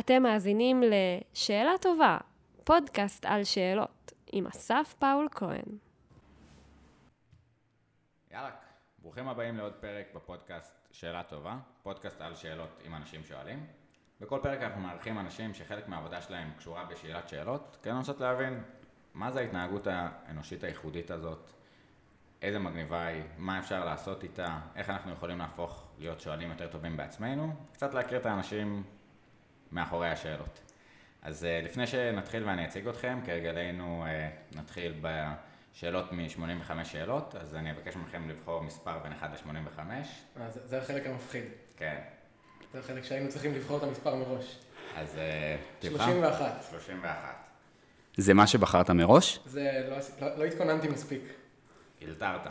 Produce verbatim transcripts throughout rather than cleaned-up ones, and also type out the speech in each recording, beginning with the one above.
אתם מאזינים לשאלה טובה, פודקאסט על שאלות, עם אסף פאול כהן. יאללה, ברוכים הבאים לעוד פרק בפודקאסט שאלה טובה, פודקאסט על שאלות עם אנשים שואלים. בכל פרק אנחנו מארחים אנשים שחלק מהעבודה שלהם קשורה בשאלת שאלות, כדי לנסות להבין מה זה ההתנהגות האנושית הייחודית הזאת, איזה מגניבה היא, מה אפשר לעשות איתה, איך אנחנו יכולים להפוך להיות שואלים יותר טובים בעצמנו, קצת להכיר את האנשים מאחורי השאלות. אז לפני שנתחיל ואני אציג אתכם, כרגלנו נתחיל בשאלות מ-שמונים וחמש שאלות, אז אני אבקש מכם לבחור מספר בין אחד ל-שמונים וחמש. זה, זה החלק המפחיד. כן. זה החלק שהיינו צריכים לבחור את המספר מראש. אז תבחר. שלושים ואחת. שלושים ואחת. זה מה שבחרת מראש? זה לא, לא, לא התכוננתי מספיק. הלתרת.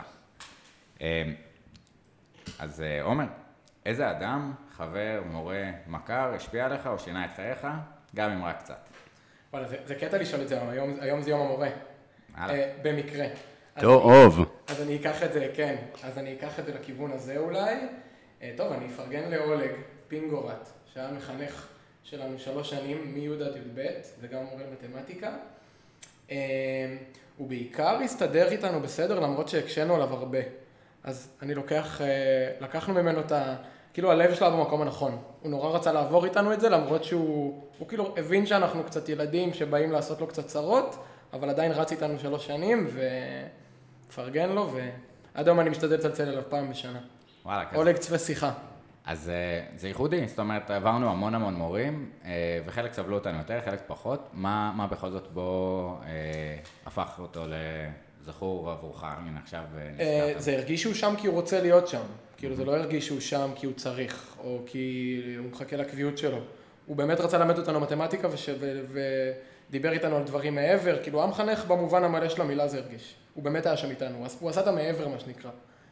אז עומר, איזה אדם, חבר, מורה, מכר, השפיע עליך או שינה את חייך, גם אם רק קצת? וואלה, זה, זה קטע לשאול את זה, היום, היום זה יום המורה. אה, במקרה. טוב. אז אני אקח את זה, כן, אז אני אקח את זה לכיוון הזה אולי. אה, טוב, אני אפרגן לאולג פינגורט, שהיה מחנך שלנו שלוש שנים, מי' עד י"ב, וגם מורה מתמטיקה. אה, הוא בעיקר הסתדר איתנו בסדר, למרות שהקשנו עליו הרבה. אז אני לוקח, לקחנו ממנו את ה... כאילו הלב שלה במקום הנכון. הוא נורא רצה לעבור איתנו את זה, למרות שהוא... הוא כאילו הבין שאנחנו קצת ילדים שבאים לעשות לו קצת צרות, אבל עדיין רץ איתנו שלוש שנים, ופרגן לו, ועד היום אני משתדל לצלצל אליו פעם בשנה. וואלה, כזה. אולג צפה שיחה. אז זה ייחודי, זאת אומרת, עברנו המון המון מורים, וחלק סבלו אותנו יותר, חלק פחות. מה, מה בכל זאת בו הפך אותו לזכור עבורך? הנה, עכשיו נזכרת. זה הרגיש שהוא שם כי הוא רוצה להיות שם. כאילו, זה לא הרגיש שהוא שם כי הוא צריך, או כי הוא מחכה לקביעות שלו. הוא באמת רצה למד אותנו מתמטיקה ודיבר איתנו על דברים מעבר. כאילו, המחנך במובן המלא של המילה זה הרגיש. הוא באמת היה שם איתנו. הוא עשה את המעבר, מה שנקרא.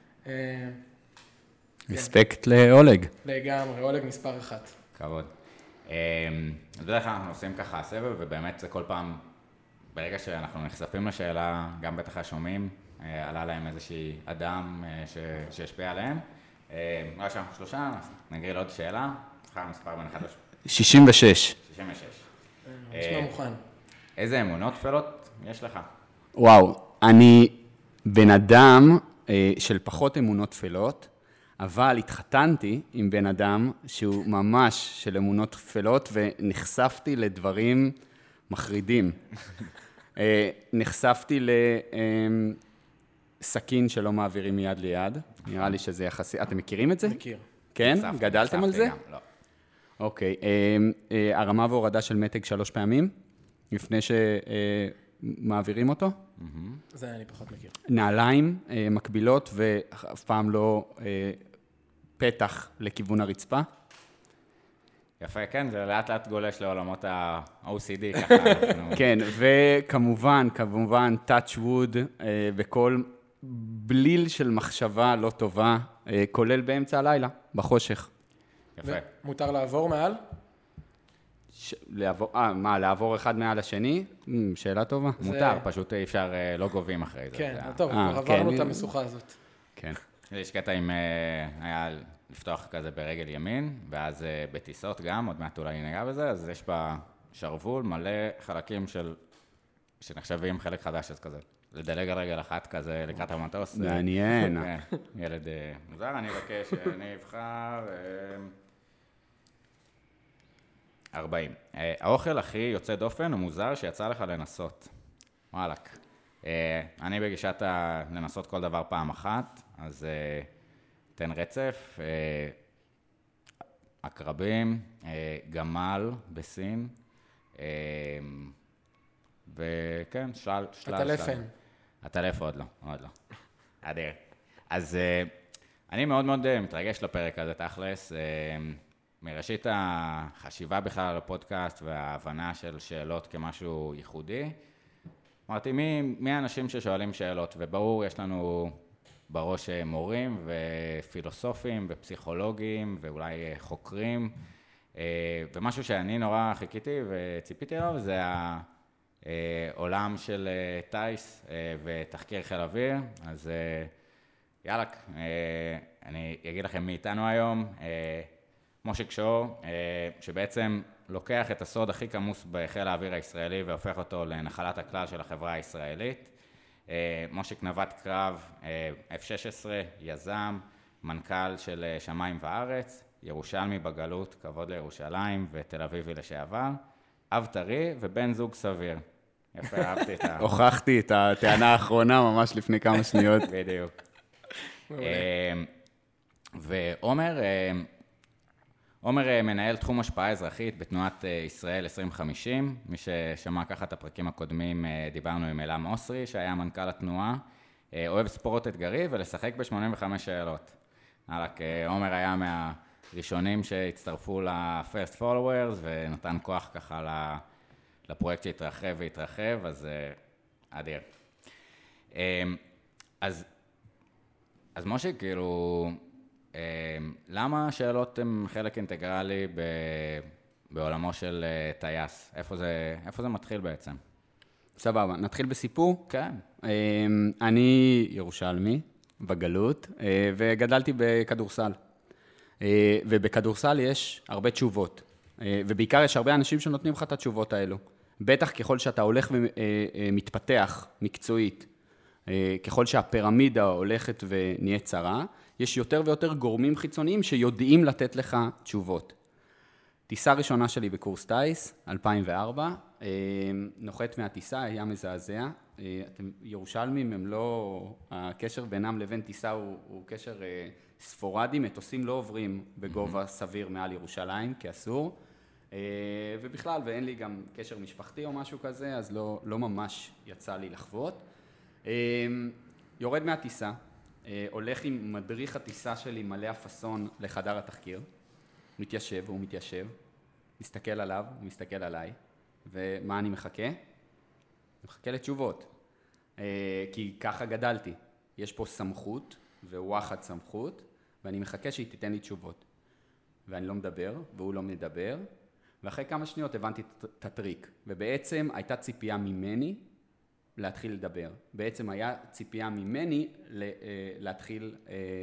רספקט לאולג. לגמרי, אולג מספר אחת. כבוד. אז בדרך כלל אנחנו עושים ככה סבב, ובאמת זה כל פעם, ברגע שאנחנו נחשפים לשאלה, גם בטח השומעים, עלה להם איזושהי אדם שהשפיע עליהם. לא שאנחנו שלושה, נגריל עוד שאלה. נבחר מספר בין אחד לשלושה. שישים ושש. שישים ושש. נשמע מוכן. איזה אמונות תפלות יש לך? וואו, אני בן אדם של פחות אמונות תפלות, אבל התחתנתי עם בן אדם שהוא ממש של אמונות תפלות, ונחשפתי לדברים מחרידים. נחשפתי לסכין שלא מעבירים מיד ליד, נראה לי שזה יחסי, אתם מכירים את זה? מכיר. כן? גדלתם על זה? לא. אוקיי, הרמה והורדה של מתג שלוש פעמים, לפני שמעבירים אותו. זה אני פחות מכיר. נעליים מקבילות ואף פעם לא פתח לכיוון הרצפה. יפה, כן, זה לאט לאט גולש לעולמות ה-או סי די ככה. כן, וכמובן, כמובן, touch wood בכל בליל של מחשבה לא טובה, כולל באמצע הלילה, בחושך. יפה. מותר לעבור מעל? ש... לעבור, אה, מה, לעבור אחד מעל השני? שאלה טובה. מותר, פשוט אי אפשר, לא גובים אחרי זה. כן, טוב, כבר עברנו את המשוכה הזאת. כן. יש קטע עם, היה לפתוח כזה ברגל ימין, ואז בטיסות גם, עוד מעט אולי ניגע בזה, אז יש בה שרוול מלא חלקים של, שנחשבים חלק חדש, אז כזה. לדלג על רגל אחת כזה לקראת המטוס. מעניין. ילד מוזר, אני אבקש, אני אבחר ארבעים. האוכל הכי יוצא דופן הוא מוזר שיצא לך לנסות. וואלק. אני בגישת לנסות כל דבר פעם אחת, אז תן רצף. עקרבים, גמל בסין, וכן, שלל, שלל. הטלפן. הטלפ עוד לא, עוד לא. אדיר. אז אני מאוד מאוד מתרגש לפרק הזה, תכלס. מראשית החשיבה בכלל על הפודקאסט וההבנה של שאלות כמשהו ייחודי, אמרתי, מי, מי האנשים ששואלים שאלות? וברור, יש לנו בראש מורים ופילוסופים ופסיכולוגים ואולי חוקרים, ומשהו שאני נורא חיכיתי וציפיתי לו, זה העולם של טייס ותחקיר חיל אוויר. אז יאללה, אני אגיד לכם מי איתנו היום. משה קשור, שבעצם לוקח את הסוד הכי כמוס בחיל האוויר הישראלי והופך אותו לנחלת הכלל של החברה הישראלית. מושיק נווט קרב, אף שש עשרה, יזם, מנכ"ל של שמיים וארץ, ירושלמי בגלות, כבוד לירושלים ותל אביבי לשעבר, אב טרי ובן זוג סביר. יפה, אהבתי את ה... הוכחתי את הטענה האחרונה ממש לפני כמה שניות. בדיוק. ועומר, עומר מנהל תחום השפעה אזרחית בתנועת ישראל עשרים חמישים, מי ששמע ככה את הפרקים הקודמים, דיברנו עם אלעם אוסרי, שהיה מנכ"ל התנועה, אוהב ספורט אתגרי ולשחק ב-שמונים וחמש שאלות. רק עומר היה מהראשונים שהצטרפו ל-First Followers ונתן כוח ככה לפרויקט שהתרחב והתרחב, אז אדיר. אז, אז משה, כאילו, למה השאלות הן חלק אינטגרלי ב, בעולמו של טייס? איפה זה, איפה זה מתחיל בעצם? סבבה, נתחיל בסיפור? כן. אני ירושלמי בגלות, וגדלתי בכדורסל. ובכדורסל יש הרבה תשובות, ובעיקר יש הרבה אנשים שנותנים לך את התשובות האלו. בטח ככל שאתה הולך ומתפתח מקצועית, ככל שהפירמידה הולכת ונהיה צרה, יש יותר ויותר גורמים חיצוניים שיודעים לתת לך תשובות. טיסה ראשונה שלי בקורס טייס, אלפיים וארבע, נוחת מהטיסה, היה מזעזע. אתם ירושלמים, הם לא, הקשר בינם לבין טיסה הוא, הוא קשר ספורדי, מטוסים לא עוברים בגובה סביר מעל ירושלים, כי אסור. ובכלל, ואין לי גם קשר משפחתי או משהו כזה, אז לא, לא ממש יצא לי לחוות. יורד מהטיסה, הולך עם מדריך הטיסה שלי מלא הפסון לחדר התחקיר, מתיישב, הוא מתיישב, מסתכל עליו, הוא מסתכל עליי, ומה אני מחכה? אני מחכה לתשובות, כי ככה גדלתי. יש פה סמכות וואחד סמכות, ואני מחכה שהיא תיתן לי תשובות. ואני לא מדבר, והוא לא מדבר, ואחרי כמה שניות הבנתי את הטריק, ובעצם הייתה ציפייה ממני להתחיל לדבר. בעצם היה ציפייה ממני להתחיל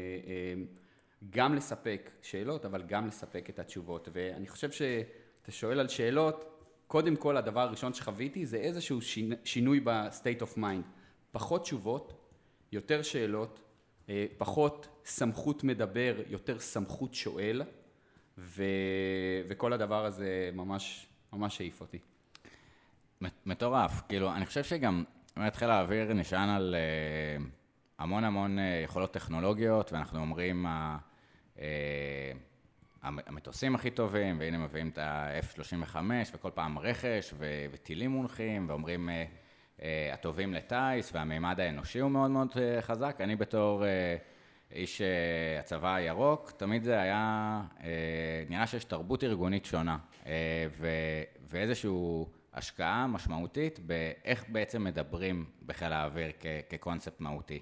גם לספק שאלות, אבל גם לספק את התשובות. ואני חושב שאתה שואל על שאלות, קודם כל הדבר הראשון שחוויתי זה איזשהו שינוי ב-state of mind. פחות תשובות, יותר שאלות, פחות סמכות מדבר, יותר סמכות שואל, ו... וכל הדבר הזה ממש, ממש העיף אותי. מטורף, כאילו, אני חושב שגם, באמת חיל האוויר נשען על uh, המון המון uh, יכולות טכנולוגיות, ואנחנו אומרים, uh, uh, המטוסים הכי טובים, והנה מביאים את ה-אף שלושים וחמש, וכל פעם רכש, ו- וטילים מונחים, ואומרים, uh, uh, הטובים לטייס, והמימד האנושי הוא מאוד מאוד uh, חזק. אני בתור uh, איש uh, הצבא הירוק, תמיד זה היה, uh, נראה שיש תרבות ארגונית שונה, uh, ו- ואיזשהו השקעה משמעותית באיך בעצם מדברים בחיל האוויר כ- כקונספט מהותי.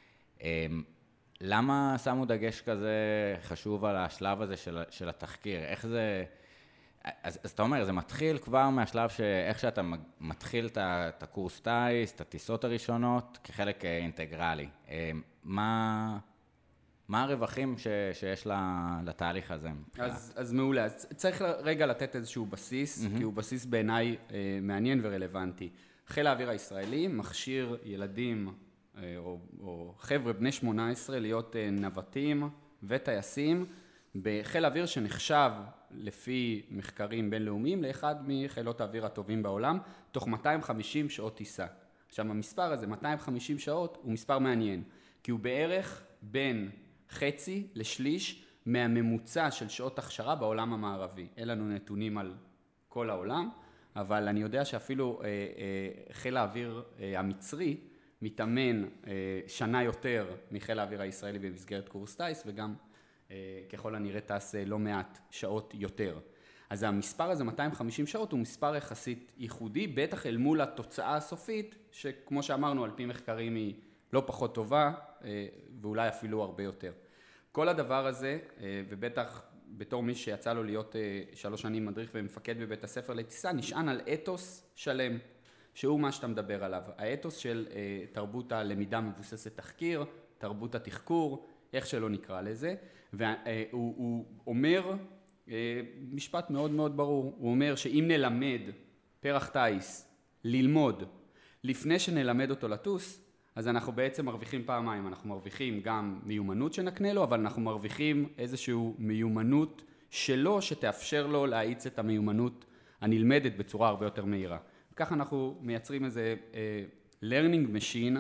למה שמו דגש כזה חשוב על השלב הזה של, של התחקיר? איך זה... אז, אז אתה אומר, זה מתחיל כבר מהשלב שאיך שאתה מתחיל את הקורס טייס, את הטיסות הראשונות, כחלק אינטגרלי. מה... מה הרווחים ש, שיש לתהליך הזה? אז, אז מעולה. אז צריך רגע לתת איזשהו בסיס, mm-hmm. כי הוא בסיס בעיניי אה, מעניין ורלוונטי. חיל האוויר הישראלי מכשיר ילדים אה, או, או חבר'ה בני שמונה עשרה להיות אה, נווטים וטייסים בחיל האוויר שנחשב לפי מחקרים בינלאומיים לאחד מחילות האוויר הטובים בעולם, תוך מאתיים וחמישים שעות טיסה. עכשיו המספר הזה, מאתיים וחמישים שעות, הוא מספר מעניין, כי הוא בערך בין חצי לשליש מהממוצע של שעות הכשרה בעולם המערבי. אין לנו נתונים על כל העולם, אבל אני יודע שאפילו אה, אה, חיל האוויר אה, המצרי מתאמן אה, שנה יותר מחיל האוויר הישראלי במסגרת קורס טייס, וגם אה, ככל הנראה טס אה, לא מעט שעות יותר. אז המספר הזה, מאתיים וחמישים שעות, הוא מספר יחסית ייחודי, בטח אל מול התוצאה הסופית, שכמו שאמרנו, על פי מחקרים היא לא פחות טובה, ואולי אפילו הרבה יותר. כל הדבר הזה, ובטח בתור מי שיצא לו להיות שלוש שנים מדריך ומפקד בבית הספר לטיסה, נשען על אתוס שלם, שהוא מה שאתה מדבר עליו. האתוס של תרבות הלמידה מבוססת תחקיר, תרבות התחקור, איך שלא נקרא לזה, והוא אומר משפט מאוד מאוד ברור, הוא אומר שאם נלמד פרח טייס ללמוד לפני שנלמד אותו לטוס, אז אנחנו בעצם מרוויחים פעמיים, אנחנו מרוויחים גם מיומנות שנקנה לו, אבל אנחנו מרוויחים איזושהי מיומנות שלו, שתאפשר לו להאיץ את המיומנות הנלמדת בצורה הרבה יותר מהירה. ככה אנחנו מייצרים איזה uh, learning machine,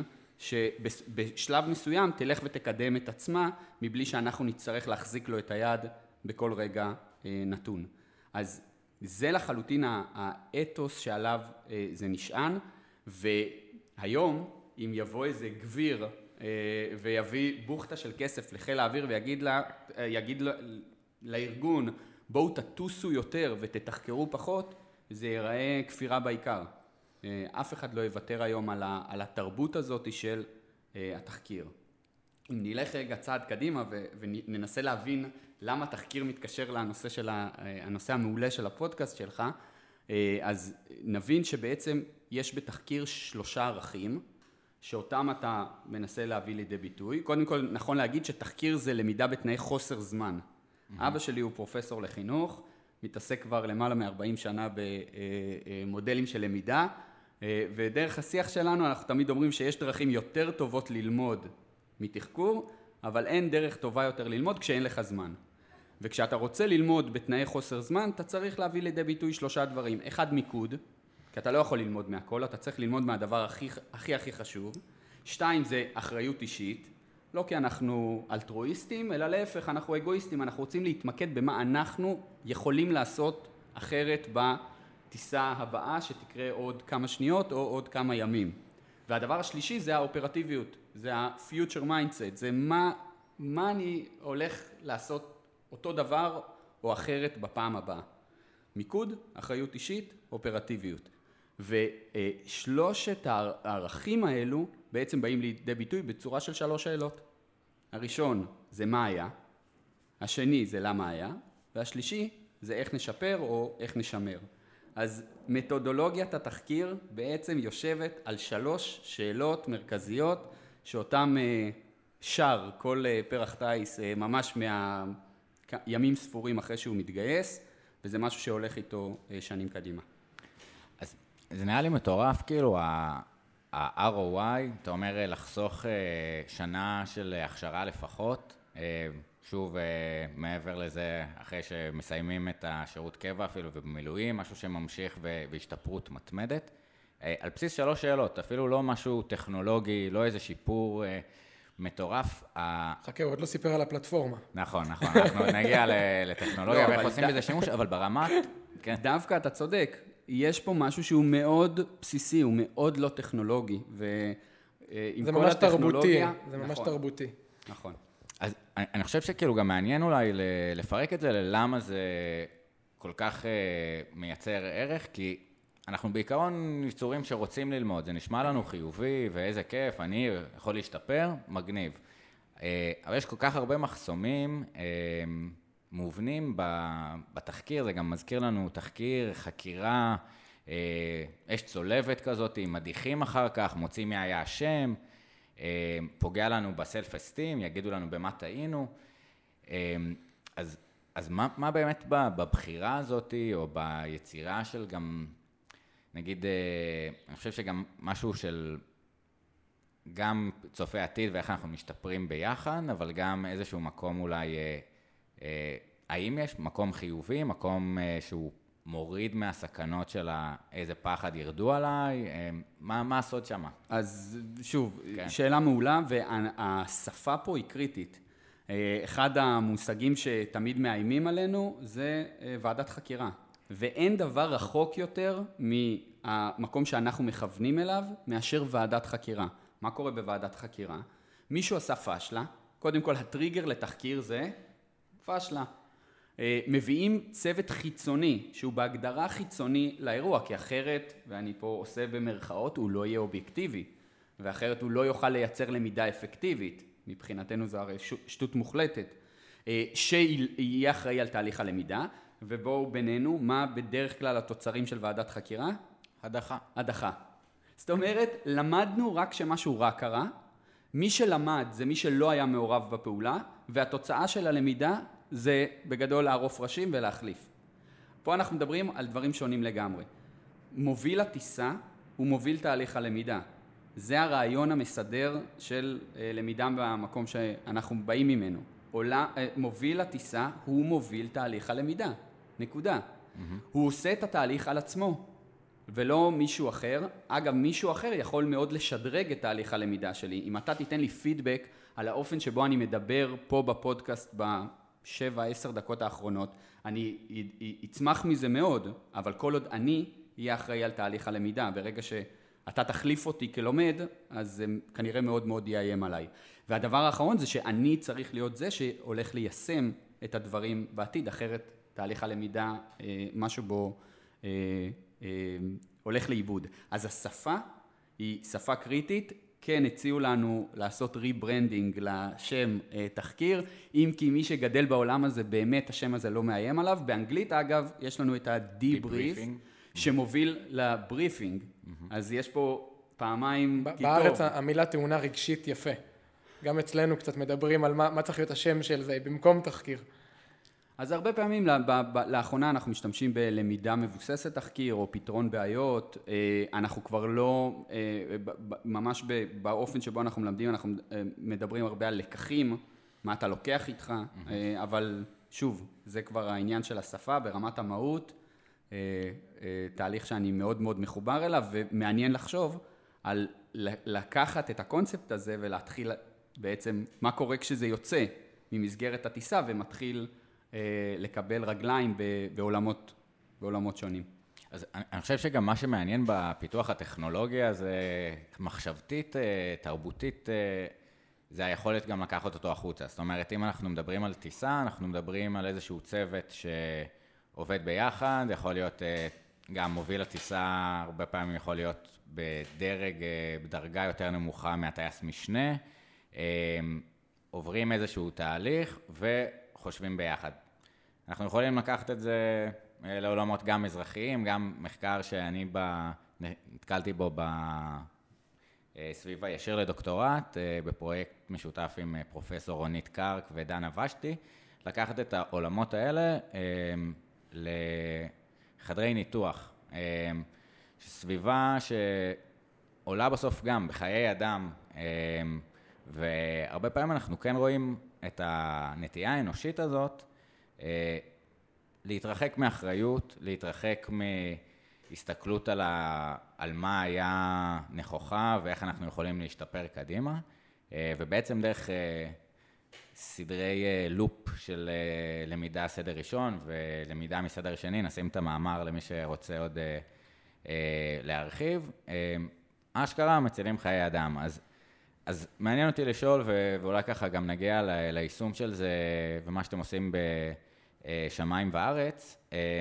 שבשלב מסוים תלך ותקדם את עצמה, מבלי שאנחנו נצטרך להחזיק לו את היד בכל רגע uh, נתון. אז זה לחלוטין האתוס שעליו uh, זה נשען, והיום, אם יבוא איזה גביר uh, ויביא בוכתה של כסף לחיל האוויר ויגיד לה, uh, יגיד לה, לארגון, בואו תטוסו יותר ותתחקרו פחות, זה ייראה כפירה בעיקר. אף אחד לא יוותר היום על התרבות הזאת של התחקיר. אם נלך רגע צעד קדימה וננסה להבין למה תחקיר מתקשר לנושא של הנושא המעולה של הפודקאסט שלך, אז נבין שבעצם יש בתחקיר שלושה ערכים, שאותם אתה מנסה להביא לידי ביטוי. קודם כל, נכון להגיד שתחקיר זה למידה בתנאי חוסר זמן. אבא שלי הוא פרופסור לחינוך, מתעסק כבר למעלה מ-ארבעים שנה במודלים של למידה, ודרך השיח שלנו אנחנו תמיד אומרים שיש דרכים יותר טובות ללמוד מתחקור, אבל אין דרך טובה יותר ללמוד כשאין לך זמן. וכשאתה רוצה ללמוד בתנאי חוסר זמן, אתה צריך להביא לידי ביטוי שלושה דברים. אחד, מיקוד, כי אתה לא יכול ללמוד מהכל, אתה צריך ללמוד מהדבר הכי הכי, הכי חשוב. שתיים, זה אחריות אישית. לא כי אנחנו אלטרואיסטים, אלא להפך, אנחנו אגואיסטים, אנחנו רוצים להתמקד במה אנחנו יכולים לעשות אחרת בטיסה הבאה שתקרה עוד כמה שניות או עוד כמה ימים. והדבר השלישי זה האופרטיביות, זה ה-future mindset, זה מה, מה אני הולך לעשות אותו דבר או אחרת בפעם הבאה. מיקוד, אחריות אישית, אופרטיביות. ושלושת הערכים האלו בעצם באים לידי ביטוי בצורה של שלוש שאלות. הראשון זה מה היה, השני זה למה היה, והשלישי זה איך נשפר או איך נשמר. אז מתודולוגיית התחקיר בעצם יושבת על שלוש שאלות מרכזיות, שאותם שר כל פרח טייס ממש מהימים ספורים אחרי שהוא מתגייס, וזה משהו שהולך איתו שנים קדימה. אז זה נראה לי מטורף, כאילו, ה-אר או איי, אתה אומר לחסוך שנה של הכשרה לפחות, שוב, מעבר לזה, אחרי שמסיימים את השירות קבע אפילו ובמילואים, משהו שממשיך והשתפרות מתמדת, על בסיס שלוש שאלות, אפילו לא משהו טכנולוגי, לא איזה שיפור מטורף. חכה, עוד לא סיפר על הפלטפורמה. נכון, נכון, אנחנו נגיע לטכנולוגיה ואיך עושים בזה שימוש, אבל ברמת... דווקא אתה צודק, יש פה משהו שהוא מאוד בסיסי, הוא מאוד לא טכנולוגי, זה ממש תרבותי, זה ממש תרבותי. נכון. אז אני חושב שכאילו גם מעניין אולי לפרק את זה ללמה זה כל כך מייצר ערך, כי אנחנו בעיקרון יצורים שרוצים ללמוד, זה נשמע לנו חיובי ואיזה כיף, אני יכול להשתפר, מגניב. אבל יש כל כך הרבה מחסומים מובנים בתחקיר, זה גם מזכיר לנו תחקיר, חקירה, יש צולבת כזאת, מדיחים אחר כך, מוצאים מי היה השם, פוגע לנו בסלף אסטים, יגידו לנו במה טעינו. אז, אז מה, מה באמת בבחירה הזאת, או ביצירה של גם, נגיד, אני חושב שגם משהו של, גם צופה עתיד ואיך אנחנו משתפרים ביחד, אבל גם איזשהו מקום אולי, האם יש מקום חיובי, מקום שהוא מוריד מהסכנות של איזה פחד ירדו עליי, מה, מה הסוד שמה? אז שוב, כן. שאלה מעולה, והשפה פה היא קריטית. אחד המושגים שתמיד מאיימים עלינו זה ועדת חקירה, ואין דבר רחוק יותר מהמקום שאנחנו מכוונים אליו מאשר ועדת חקירה. מה קורה בוועדת חקירה? מישהו עשה פשלה, קודם כל הטריגר לתחקיר זה פשלה. מביאים צוות חיצוני, שהוא בהגדרה חיצוני לאירוע, כי אחרת, ואני פה עושה במרכאות, הוא לא יהיה אובייקטיבי, ואחרת הוא לא יוכל לייצר למידה אפקטיבית, מבחינתנו זו הרי שטות מוחלטת, שיהיה אחראי על תהליך הלמידה, ובואו בינינו, מה בדרך כלל התוצרים של ועדת חקירה? הדחה. הדחה. זאת אומרת, למדנו רק שמשהו רע קרה, מי שלמד זה מי שלא היה מעורב בפעולה, והתוצאה של הלמידה זה בגדול לערוף ראשים ולהחליף. פה אנחנו מדברים על דברים שונים לגמרי. מוביל הטיסה הוא מוביל תהליך הלמידה. זה הרעיון המסדר של למידה במקום שאנחנו באים ממנו. עולה, מוביל הטיסה הוא מוביל תהליך הלמידה. נקודה. Mm-hmm. הוא עושה את התהליך על עצמו, ולא מישהו אחר. אגב, מישהו אחר יכול מאוד לשדרג את תהליך הלמידה שלי. אם אתה תיתן לי פידבק על האופן שבו אני מדבר פה בפודקאסט בשבע, עשר דקות האחרונות, אני אצמח מזה מאוד, אבל כל עוד אני יהיה אחראי על תהליך הלמידה. ברגע שאתה תחליף אותי כלומד, אז זה כנראה מאוד מאוד יאיים עליי. והדבר האחרון זה שאני צריך להיות זה שהולך ליישם את הדברים בעתיד, אחרת תהליך הלמידה, משהו בו הולך לאיבוד. אז השפה היא שפה קריטית, כן הציעו לנו לעשות ריברנדינג לשם תחקיר, אם כי מי שגדל בעולם הזה באמת השם הזה לא מאיים עליו. באנגלית אגב יש לנו את ה-debrief שמוביל לבריפינג, אז יש פה פעמיים כיתוב. בארץ המילה טעונה רגשית יפה. גם אצלנו קצת מדברים על מה, מה צריך להיות השם של זה במקום תחקיר. אז הרבה פעמים לאחרונה אנחנו משתמשים בלמידה מבוססת תחקיר או פתרון בעיות. אנחנו כבר לא, ממש באופן שבו אנחנו מלמדים, אנחנו מדברים הרבה על לקחים, מה אתה לוקח איתך, אבל שוב, זה כבר העניין של השפה ברמת המהות, תהליך שאני מאוד מאוד מחובר אליו, ומעניין לחשוב על לקחת את הקונספט הזה ולהתחיל בעצם מה קורה כשזה יוצא ממסגרת הטיסה ומתחיל לקבל רגליים בעולמות, בעולמות שונים. אז אני חושב שגם מה שמעניין בפיתוח הטכנולוגיה זה מחשבתית, תרבותית, זה היכולת גם לקחת אותו החוצה. זאת אומרת, אם אנחנו מדברים על טיסה, אנחנו מדברים על איזשהו צוות שעובד ביחד, יכול להיות גם מוביל הטיסה, הרבה פעמים יכול להיות בדרג, בדרגה יותר נמוכה מהטייס משנה, עוברים איזשהו תהליך וחושבים ביחד. אנחנו יכולים לקחת את זה לעולמות גם אזרחיים, גם מחקר שאני ב... נתקלתי בו בסביבה ישיר לדוקטורט, בפרויקט משותף עם פרופסור רונית קרק ודנה ושתי, לקחת את העולמות האלה לחדרי ניתוח, סביבה שעולה בסוף גם בחיי אדם, והרבה פעמים אנחנו כן רואים את הנטייה האנושית הזאת, להתרחק מאחריות, להתרחק מהסתכלות על, ה... על מה היה נכוחה ואיך אנחנו יכולים להשתפר קדימה, ובעצם דרך סדרי לופ של למידה סדר ראשון ולמידה מסדר שני, נשים את המאמר למי שרוצה עוד להרחיב, אשכרה מצילים חיי אדם. אז, אז מעניין אותי לשאול, ואולי ככה גם נגיע ליישום של זה ומה שאתם עושים בשמיים וארץ.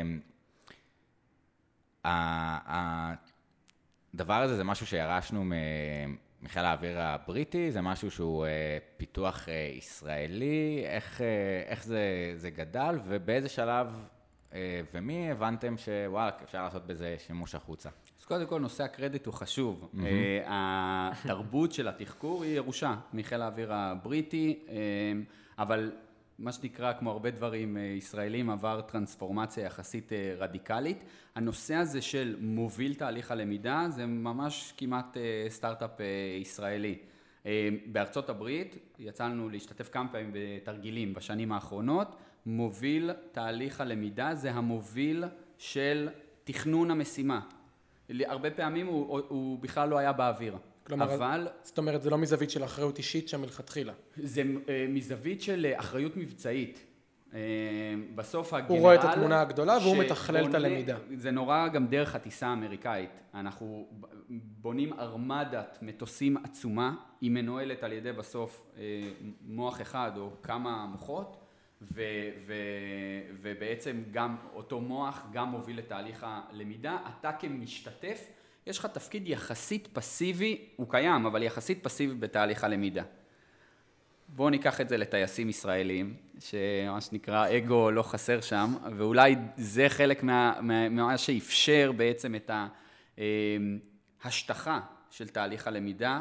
הדבר הזה זה משהו שירשנו מחיל האוויר הבריטי, זה משהו שהוא פיתוח ישראלי, איך, איך זה, זה גדל ובאיזה שלב ומי הבנתם שוואלה, אפשר לעשות בזה שימוש החוצה? אז קודם כל, נושא הקרדיט הוא חשוב. Mm-hmm. התרבות של התחקור היא ירושה מחיל האוויר הבריטי, אבל מה שנקרא, כמו הרבה דברים ישראלים, עבר טרנספורמציה יחסית רדיקלית. הנושא הזה של מוביל תהליך הלמידה, זה ממש כמעט סטארט-אפ ישראלי. בארצות הברית יצאנו להשתתף כמה פעמים בתרגילים בשנים האחרונות, מוביל תהליך הלמידה זה המוביל של תכנון המשימה. הרבה פעמים הוא, הוא בכלל לא היה באוויר. כלומר, אבל... זאת אומרת, זה לא מזווית של אחריות אישית שם מלכתחילה. זה מזווית של אחריות מבצעית. בסוף הגנרל... הוא רואה את התמונה הגדולה והוא מתכלל את הלמידה. זה נורא גם דרך הטיסה האמריקאית. אנחנו בונים ארמדת מטוסים עצומה, היא מנוהלת על ידי בסוף מוח אחד או כמה מוחות, ו, ו, ובעצם גם אותו מוח גם מוביל את תהליך הלמידה. אתה כמשתתף, יש לך תפקיד יחסית פסיבי, הוא קיים, אבל יחסית פסיבי בתהליך הלמידה. בואו ניקח את זה לטייסים ישראלים, שמה שנקרא אגו לא חסר שם, ואולי זה חלק מה, מה, מה שאפשר בעצם את ההשטחה של תהליך הלמידה,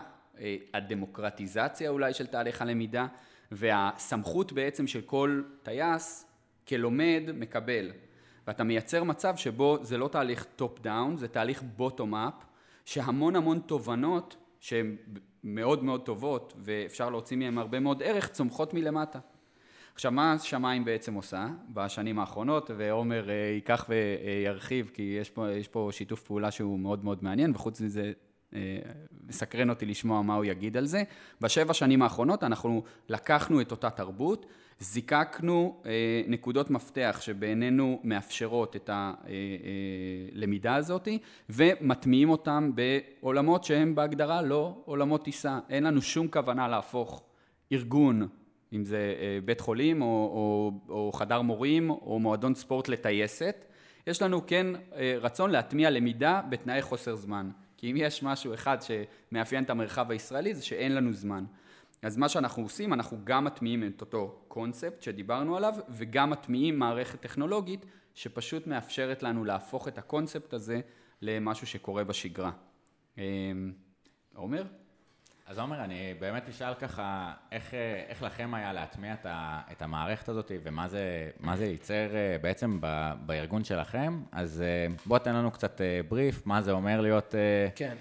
הדמוקרטיזציה אולי של תהליך הלמידה, והסמכות בעצם של כל טייס כלומד מקבל. ואתה מייצר מצב שבו זה לא תהליך טופ דאון, זה תהליך בוטום אפ, שהמון המון תובנות שהן מאוד מאוד טובות, ואפשר להוציא מהן הרבה מאוד ערך, צומחות מלמטה. עכשיו, מה שמיים בעצם עושה בשנים האחרונות, ועומר ייקח וירחיב, כי יש פה, יש פה שיתוף פעולה שהוא מאוד מאוד מעניין, וחוץ מזה מסקרן אותי לשמוע מה הוא יגיד על זה. בשבע שנים האחרונות אנחנו לקחנו את אותה תרבות, זיקקנו אה, נקודות מפתח שבעינינו מאפשרות את הלמידה הזאת, ומטמיעים אותם בעולמות שהם בהגדרה לא עולמות טיסה. אין לנו שום כוונה להפוך ארגון, אם זה אה, בית חולים או, או, או חדר מורים או מועדון ספורט לטייסת. יש לנו כן אה, רצון להטמיע למידה בתנאי חוסר זמן. כי אם יש משהו אחד שמאפיין את המרחב הישראלי, זה שאין לנו זמן. אז מה שאנחנו עושים, אנחנו גם מטמיעים את אותו קונספט שדיברנו עליו, וגם מטמיעים מערכת טכנולוגית שפשוט מאפשרת לנו להפוך את הקונספט הזה למשהו שקורה בשגרה. עומר? אז עומר, אני באמת אשאל ככה, איך, איך לכם היה להטמיע את, ה, את המערכת הזאת, ומה זה, מה זה ייצר בעצם ב, בארגון שלכם? אז בוא תן לנו קצת בריף, מה זה אומר להיות... כן.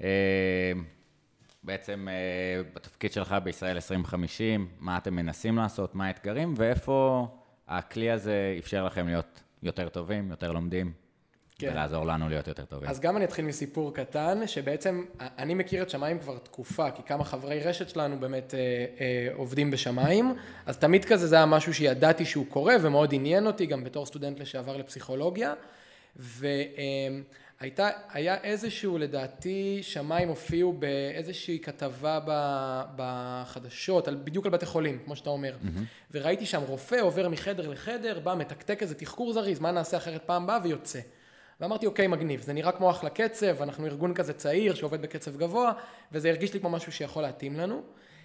בעצם בתפקיד שלך בישראל עשרים חמישים, מה אתם מנסים לעשות, מה האתגרים, ואיפה הכלי הזה אפשר לכם להיות יותר טובים, יותר לומדים, כן. ולעזור לנו להיות יותר טובים. אז גם אני אתחיל מסיפור קטן, שבעצם אני מכיר את שמיים כבר תקופה, כי כמה חברי רשת שלנו באמת אה, אה, עובדים בשמיים, אז תמיד כזה זה היה משהו שידעתי שהוא קורה, ומאוד עניין אותי, גם בתור סטודנט לשעבר לפסיכולוגיה, ו... אה, הייתה, היה איזשהו, לדעתי, שמיים הופיעו באיזושהי כתבה בחדשות, בדיוק על בתי חולים, כמו שאתה אומר. Mm-hmm. וראיתי שם רופא עובר מחדר לחדר, בא, מתקתק איזה תחקור זריז, מה נעשה אחרת פעם באה ויוצא. ואמרתי, אוקיי, מגניב, זה נראה כמו אחלה קצב, אנחנו ארגון כזה צעיר שעובד בקצב גבוה, וזה הרגיש לי כמו משהו שיכול להתאים לנו.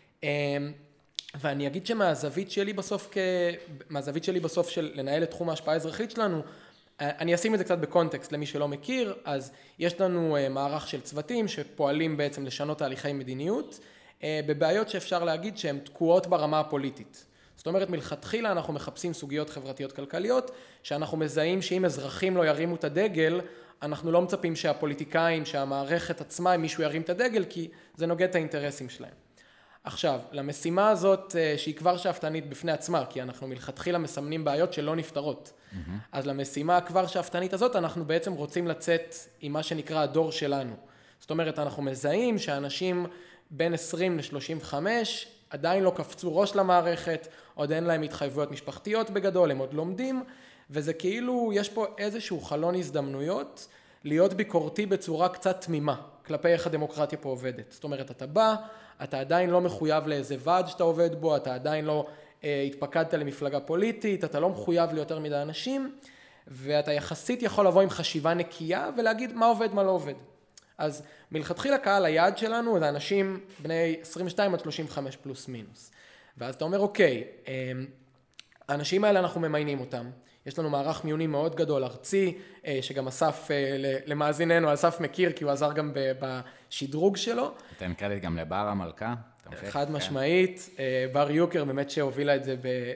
ואני אגיד שמהזווית שלי בסוף, כ... מהזווית שלי בסוף של לנהל את תחום ההשפעה האזרחית שלנו, אני אשים את זה קצת בקונטקסט למי שלא מכיר, אז יש לנו מערך של צוותים שפועלים בעצם לשנות תהליכי מדיניות, בבעיות שאפשר להגיד שהן תקועות ברמה הפוליטית. זאת אומרת, מלכתחילה אנחנו מחפשים סוגיות חברתיות כלכליות, שאנחנו מזהים שאם אזרחים לא ירימו את הדגל, אנחנו לא מצפים שהפוליטיקאים, שהמערכת עצמה, מישהו ירים את הדגל, כי זה נוגד את האינטרסים שלהם. עכשיו, למשימה הזאת שהיא כבר שאפתנית בפני עצמה, כי אנחנו מלכתחילה מסמנים בעיות שלא נפתרות. Mm-hmm. אז למשימה הכבר שאפתנית הזאת, אנחנו בעצם רוצים לצאת עם מה שנקרא הדור שלנו. זאת אומרת, אנחנו מזהים שאנשים בין עשרים לשלושים וחמש עדיין לא קפצו ראש למערכת, עוד אין להם התחייבויות משפחתיות בגדול, הם עוד לומדים, וזה כאילו, יש פה איזשהו חלון הזדמנויות, להיות ביקורתי בצורה קצת תמימה, כלפי איך הדמוקרטיה פה עובדת. זאת אומרת, אתה בא, אתה עדיין לא מחויב לאיזה ועד שאתה עובד בו, אתה עדיין לא אה, התפקדת למפלגה פוליטית, אתה לא מחויב ליותר מדי אנשים, ואתה יחסית יכול לבוא עם חשיבה נקייה ולהגיד מה עובד, מה לא עובד. אז מלכתחילה קהל היעד שלנו זה אנשים בני עשרים ושתיים עד שלושים וחמש פלוס מינוס. ואז אתה אומר, אוקיי, אה, האנשים האלה אנחנו ממיינים אותם. יש לנו מערך מיונים מאוד גדול, ארצי, שגם אסף, למאזיננו, אסף מכיר, כי הוא עזר גם בשדרוג שלו. אתם קרדיט גם לבר המלכה. חד משמעית, בר יוקר באמת שהובילה את זה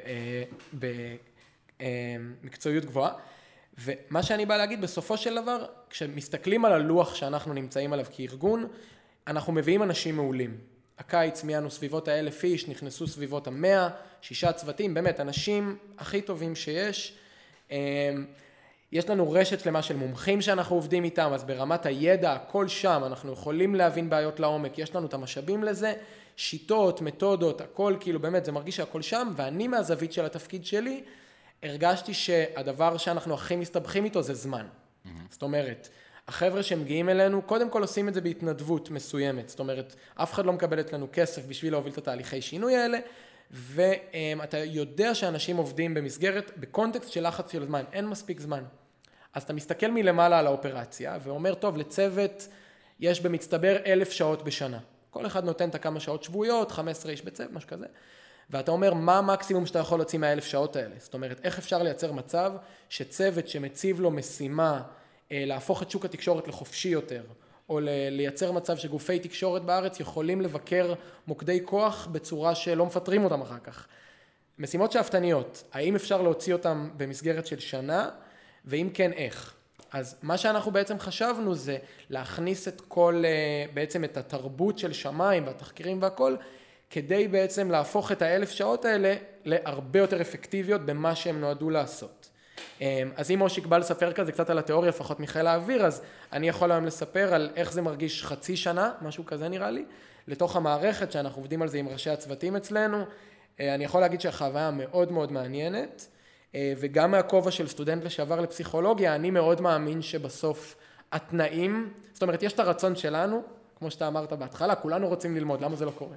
במקצועיות גבוהה. ומה שאני בא להגיד, בסופו של דבר, כשמסתכלים על הלוח שאנחנו נמצאים עליו כארגון, אנחנו מביאים אנשים מעולים. הקיץ מיינו סביבות האלף איש, נכנסו סביבות המאה, שישה צוותים, באמת, אנשים הכי טובים שיש. יש לנו רשת שלמה של מומחים שאנחנו עובדים איתם, אז ברמת הידע, הכל שם, אנחנו יכולים להבין בעיות לעומק, יש לנו את המשאבים לזה, שיטות, מתודות, הכל, כאילו באמת, זה מרגיש שהכל שם, ואני מהזווית של התפקיד שלי, הרגשתי שהדבר שאנחנו הכי מסתבכים איתו זה זמן. Mm-hmm. זאת אומרת, החבר'ה שמגיעים אלינו, קודם כל עושים את זה בהתנדבות מסוימת, זאת אומרת, אף אחד לא מקבלת לנו כסף בשביל להוביל את התהליכי שינוי האלה, ואתה יודע שאנשים עובדים במסגרת, בקונטקסט של לחץ של זמן, אין מספיק זמן. אז אתה מסתכל מלמעלה על האופרציה, ואומר, טוב, לצוות יש במצטבר אלף שעות בשנה. כל אחד נותן את כמה שעות שבועיות, חמש עשרה איש בצוות, משהו כזה. ואתה אומר, מה המקסימום שאתה יכול להוציא מהאלף שעות האלה? זאת אומרת, איך אפשר לייצר מצב שצוות שמציב לו משימה, להפוך את שוק התקשורת לחופשי יותר, או לייצר מצב שגופי תקשורת בארץ יכולים לבקר מוקדי כוח בצורה שלא מפטרים אותם אחר כך. משימות שאפתניות, האם אפשר להוציא אותם במסגרת של שנה, ואם כן, איך? אז מה שאנחנו בעצם חשבנו זה להכניס את כל, בעצם את התרבות של שמיים והתחקירים והכל, כדי בעצם להפוך את האלף שעות האלה להרבה יותר אפקטיביות במה שהם נועדו לעשות. אז אם מושיק בא לספר כזה קצת על התיאוריה, לפחות מחיל האוויר, אז אני יכול היום לספר על איך זה מרגיש חצי שנה, משהו כזה נראה לי, לתוך המערכת שאנחנו עובדים על זה עם ראשי הצוותים אצלנו. אני יכול להגיד שהחוויה מאוד מאוד מעניינת, וגם מהכובע של סטודנט לשעבר לפסיכולוגיה, אני מאוד מאמין שבסוף התנאים, זאת אומרת, יש את הרצון שלנו, כמו שאתה אמרת בהתחלה, כולנו רוצים ללמוד, למה זה לא קורה?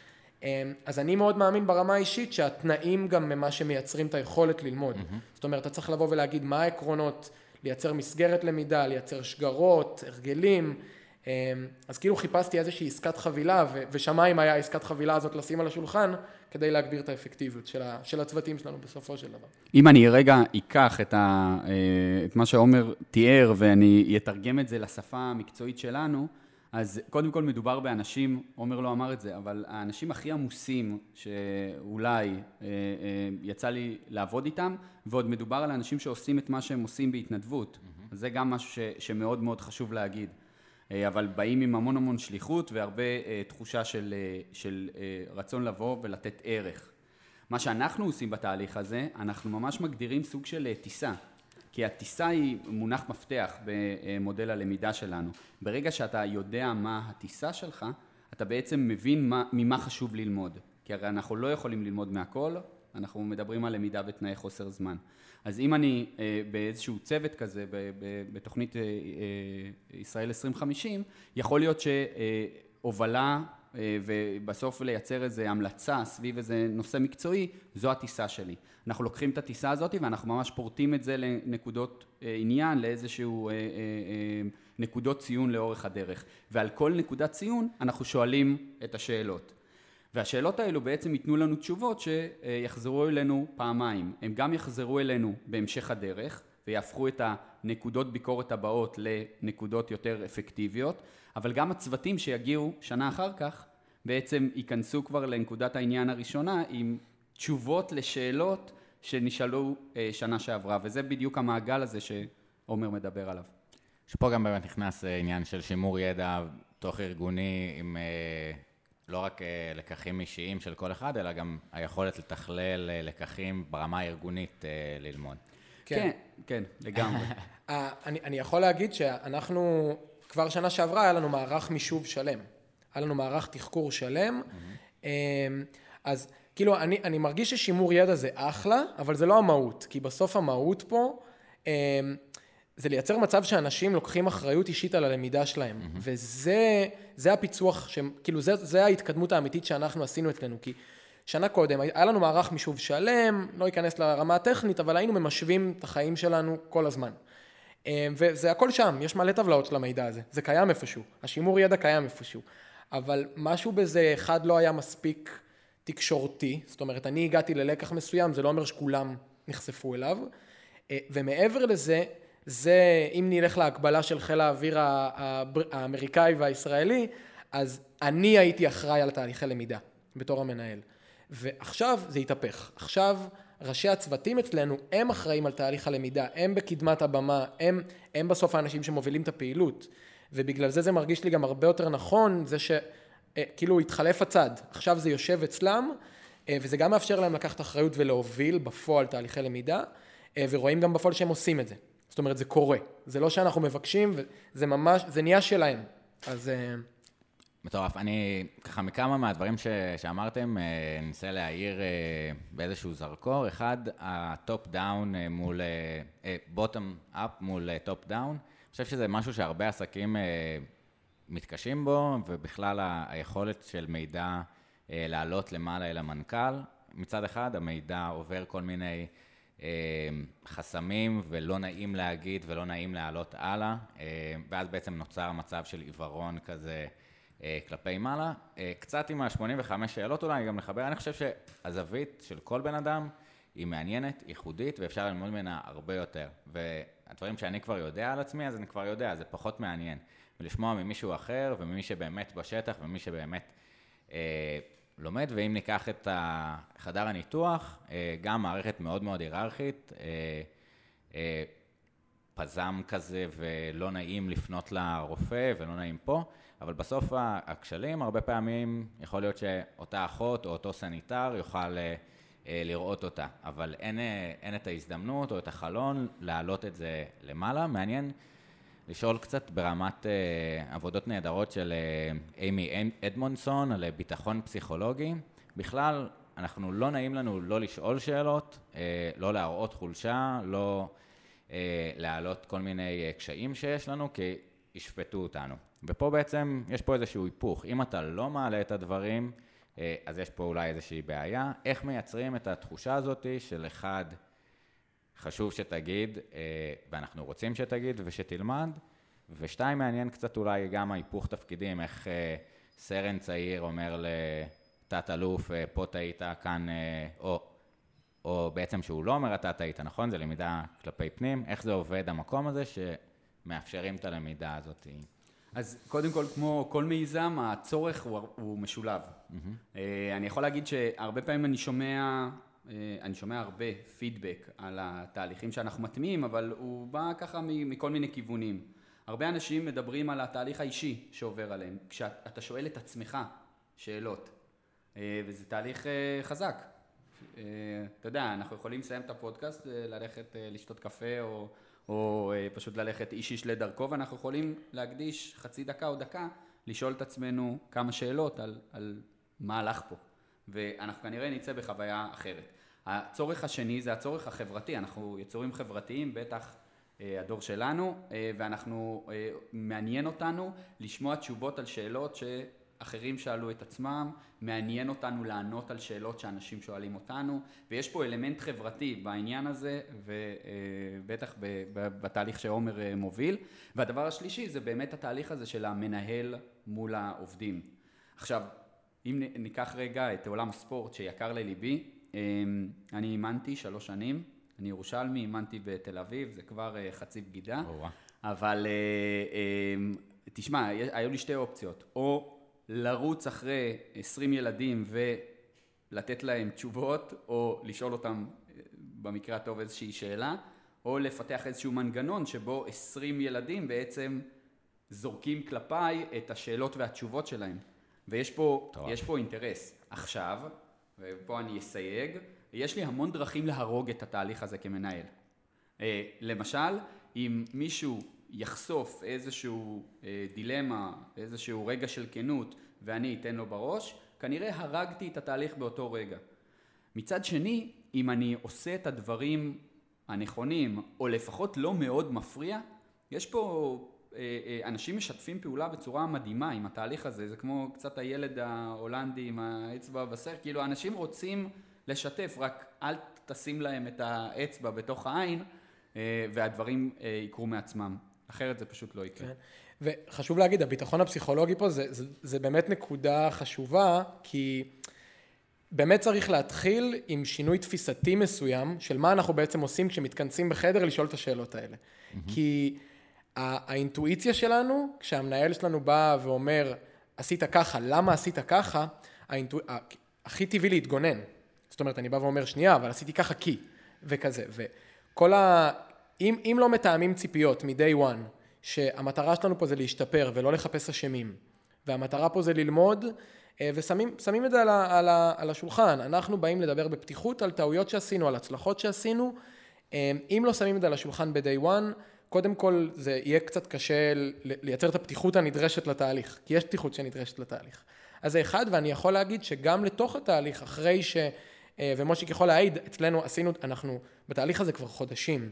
אז אני מאוד מאמין ברמה האישית שהתנאים גם ממה שמייצרים את היכולת ללמוד. Mm-hmm. זאת אומרת, אתה צריך לבוא ולהגיד מה העקרונות, לייצר מסגרת למידה, לייצר שגרות, הרגלים. אז כאילו חיפשתי איזושהי עסקת חבילה, ושמיים היה עסקת חבילה הזאת לשים על השולחן, כדי להגביר את האפקטיביות של, ה, של הצוותים שלנו בסופו של דבר. אם אני רגע אקח את, ה, את מה שעומר תיאר, ואני אתרגם את זה לשפה המקצועית שלנו, אז קודם כל מדובר באנשים, עומר לא אמר את זה, אבל האנשים הכי עמוסים שאולי אה, אה, יצא לי לעבוד איתם, ועוד מדובר על האנשים שעושים את מה שהם עושים בהתנדבות. Mm-hmm. אז זה גם משהו ש, שמאוד מאוד חשוב להגיד. אה, אבל באים עם המון המון שליחות והרבה אה, תחושה של, אה, של אה, רצון לבוא ולתת ערך. מה שאנחנו עושים בתהליך הזה, אנחנו ממש מגדירים סוג של אה, טיסה. כי הטיסה היא מונח מפתח במודל הלמידה שלנו. ברגע שאתה יודע מה הטיסה שלך, אתה בעצם מבין מה, ממה חשוב ללמוד. כי הרי אנחנו לא יכולים ללמוד מהכל, אנחנו מדברים על למידה בתנאי חוסר זמן. אז אם אני אה, באיזשהו צוות כזה, ב, ב, בתוכנית אה, אה, ישראל עשרים חמישים, יכול להיות שהובלה אה, ובסוף לייצר איזו המלצה סביב איזה נושא מקצועי, זו הטיסה שלי. אנחנו לוקחים את הטיסה הזאת ואנחנו ממש פורטים את זה לנקודות אה, עניין, לאיזשהו אה, אה, אה, נקודות ציון לאורך הדרך. ועל כל נקודת ציון אנחנו שואלים את השאלות. והשאלות האלו בעצם ייתנו לנו תשובות שיחזרו אלינו פעמיים. הם גם יחזרו אלינו בהמשך הדרך ויהפכו את הנקודות ביקורת הבאות לנקודות יותר אפקטיביות, אבל גם הצוותים שיגיעו שנה אחר כך בעצם ייכנסו כבר לנקודת העניין הראשונה עם תשובות לשאלות שנשאלו שנה שעברה, וזה בדיוק המעגל הזה שעומר מדבר עליו. שפה גם באמת נכנס עניין של שימור ידע תוך ארגוני עם לא רק לקחים אישיים של כל אחד, אלא גם היכולת לתכלל לקחים ברמה הארגונית ללמוד. כן, כן, כן, לגמרי. אני, אני יכול להגיד שאנחנו, כבר שנה שעברה היה לנו מערך מישוב שלם. היה לנו מערך תחקור שלם. Mm-hmm. אז כאילו, אני, אני מרגיש ששימור ידע זה אחלה, אבל זה לא המהות. כי בסוף המהות פה, זה לייצר מצב שאנשים לוקחים אחריות אישית על הלמידה שלהם. Mm-hmm. וזה, זה הפיצוח, ש, כאילו, זה, זה ההתקדמות האמיתית שאנחנו עשינו אצלנו. כי שנה קודם, היה לנו מערך מישוב שלם, לא ייכנס לרמה הטכנית, אבל היינו ממשווים את החיים שלנו כל הזמן. וזה הכל שם, יש מלא טבלאות של המידע הזה. זה קיים איפשהו. השימור ידע קיים איפשהו. אבל משהו בזה, אחד לא היה מספיק תקשורתי, זאת אומרת, אני הגעתי ללקח מסוים, זה לא אומר שכולם נחשפו אליו. ומעבר לזה, זה, אם נלך להקבלה של חיל האוויר האמריקאי והישראלי, אז אני הייתי אחראי על תהליכי למידה, בתור המנהל. ועכשיו זה יתהפך. עכשיו ראשי הצוותים אצלנו, הם אחראים על תהליך הלמידה, הם בקדמת הבמה, הם, הם בסוף האנשים שמובילים את הפעילות. ובגלל זה זה מרגיש לי גם הרבה יותר נכון, זה שכאילו התחלף הצד. עכשיו זה יושב אצלם, וזה גם מאפשר להם לקחת אחריות ולהוביל בפועל תהליכי למידה, ורואים גם בפועל שהם עושים את זה. זאת אומרת, זה קורה. זה לא שאנחנו מבקשים, זה ממש, זה נהיה שלהם. אז מטורף. אני, ככה, מכמה מהדברים ש, שאמרתם, ננסה להעיר באיזשהו זרקור. אחד, הטופ דאון מול, בוטום אפ מול טופ דאון. אני חושב שזה משהו שהרבה עסקים מתקשים בו, ובכלל היכולת של מידע לעלות למעלה אל המנכ"ל. מצד אחד, המידע עובר כל מיני חסמים ולא נעים להגיד ולא נעים לעלות הלאה, ואז בעצם נוצר מצב של עיוורון כזה כלפי מעלה. קצת עם ה-שמונים וחמש שאלות אולי גם לחבר, אני חושב שהזווית של כל בן אדם היא מעניינת, ייחודית, ואפשר ללמוד ממנה הרבה יותר. והדברים שאני כבר יודע על עצמי, אז אני כבר יודע, זה פחות מעניין. ולשמוע ממישהו אחר, וממי שבאמת בשטח, וממי שבאמת אה, לומד, ואם ניקח את חדר הניתוח, גם מערכת מאוד מאוד היררכית, פזם כזה ולא נעים לפנות לרופא ולא נעים פה, אבל בסוף הכשלים הרבה פעמים יכול להיות שאותה אחות או אותו סניטר יוכל לראות אותה, אבל אין, אין את ההזדמנות או את החלון להעלות את זה למעלה. מעניין לשאול קצת ברמת uh, עבודות נהדרות של uh, אימי אדמונסון על ביטחון פסיכולוגי. בכלל, אנחנו לא נעים לנו לא לשאול שאלות, uh, לא להראות חולשה, לא uh, להעלות כל מיני uh, קשיים שיש לנו, כי ישפטו אותנו. ופה בעצם יש פה איזשהו היפוך. אם אתה לא מעלה את הדברים, uh, אז יש פה אולי איזושהי בעיה. איך מייצרים את התחושה הזאת של אחד, חשוב שתגיד, ואנחנו רוצים שתגיד ושתלמד, ושתיים, מעניין קצת אולי גם ההיפוך תפקידים, איך סרן צעיר אומר לתת אלוף, פה טעית כאן, או, או בעצם שהוא לא אומר אתה טעית, נכון? זה למידה כלפי פנים, איך זה עובד המקום הזה שמאפשרים את הלמידה הזאת? אז קודם כל, כמו כל מיזם, הצורך הוא, הוא משולב. Mm-hmm. אני יכול להגיד שהרבה פעמים אני שומע... אני שומע הרבה פידבק על התהליכים שאנחנו מטמיעים, אבל הוא בא ככה מכל מיני כיוונים. הרבה אנשים מדברים על התהליך האישי שעובר עליהם, כשאתה שואל את עצמך שאלות, וזה תהליך חזק. אתה יודע, אנחנו יכולים לסיים את הפודקאסט, ללכת לשתות קפה, או, או פשוט ללכת איש איש לדרכו, ואנחנו יכולים להקדיש חצי דקה או דקה, לשאול את עצמנו כמה שאלות על, על מה הלך פה. ואנחנו כנראה נצא בחוויה אחרת. הצורך השני זה הצורך החברתי, אנחנו יצורים חברתיים, בטח הדור שלנו, ואנחנו, מעניין אותנו לשמוע תשובות על שאלות שאחרים שאלו את עצמם, מעניין אותנו לענות על שאלות שאנשים שואלים אותנו, ויש פה אלמנט חברתי בעניין הזה, ובטח בתהליך שעומר מוביל. והדבר השלישי זה באמת התהליך הזה של המנהל מול העובדים. עכשיו, אם ניקח רגע את עולם הספורט שיקר לליבי, אני אימנתי שלוש שנים, אני ירושלמי, אימנתי בתל אביב, זה כבר חצי בגידה, אבל תשמע, היו לי שתי אופציות, או לרוץ אחרי עשרים ילדים ולתת להם תשובות, או לשאול אותם במקרה הטוב איזושהי שאלה, או לפתח איזשהו מנגנון שבו עשרים ילדים בעצם זורקים כלפיי את השאלות והתשובות שלהם. ויש פה, יש פה אינטרס. עכשיו, ופה אני אסייג, יש לי המון דרכים להרוג את התהליך הזה כמנהל. למשל, אם מישהו יחשוף איזשהו דילמה, איזשהו רגע של כנות, ואני אתן לו בראש, כנראה הרגתי את התהליך באותו רגע. מצד שני, אם אני עושה את הדברים הנכונים, או לפחות לא מאוד מפריע, יש פה... אנשים משתפים פעולה בצורה מדהימה עם התהליך הזה, זה כמו קצת הילד ההולנדי עם האצבע בסר, כאילו אנשים רוצים לשתף, רק אל תשים להם את האצבע בתוך העין, והדברים יקרו מעצמם, אחרת זה פשוט לא יקרה. כן. וחשוב להגיד, הביטחון הפסיכולוגי פה זה, זה, זה באמת נקודה חשובה, כי באמת צריך להתחיל עם שינוי תפיסתי מסוים, של מה אנחנו בעצם עושים כשמתכנסים בחדר לשאול את השאלות האלה. Mm-hmm. כי... האינטואיציה שלנו, כשהמנהל שלנו בא ואומר, עשית ככה, למה עשית ככה, האינטוא... הכי טבעי להתגונן. זאת אומרת, אני בא ואומר, שנייה, אבל עשיתי ככה כי, וכזה. וכל ה... אם, אם לא מתאמים ציפיות מ-day one, שהמטרה שלנו פה זה להשתפר ולא לחפש אשמים, והמטרה פה זה ללמוד, ושמים שמים את זה על, ה, על, ה, על השולחן. אנחנו באים לדבר בפתיחות על טעויות שעשינו, על הצלחות שעשינו. אם לא שמים את זה על השולחן ב-day one, קודם כל זה יהיה קצת קשה לייצר את הפתיחות הנדרשת לתהליך, כי יש פתיחות שנדרשת לתהליך. אז זה אחד, ואני יכול להגיד שגם לתוך התהליך, אחרי ש... ומושיק יכול להעיד, אצלנו עשינו, אנחנו בתהליך הזה כבר חודשים,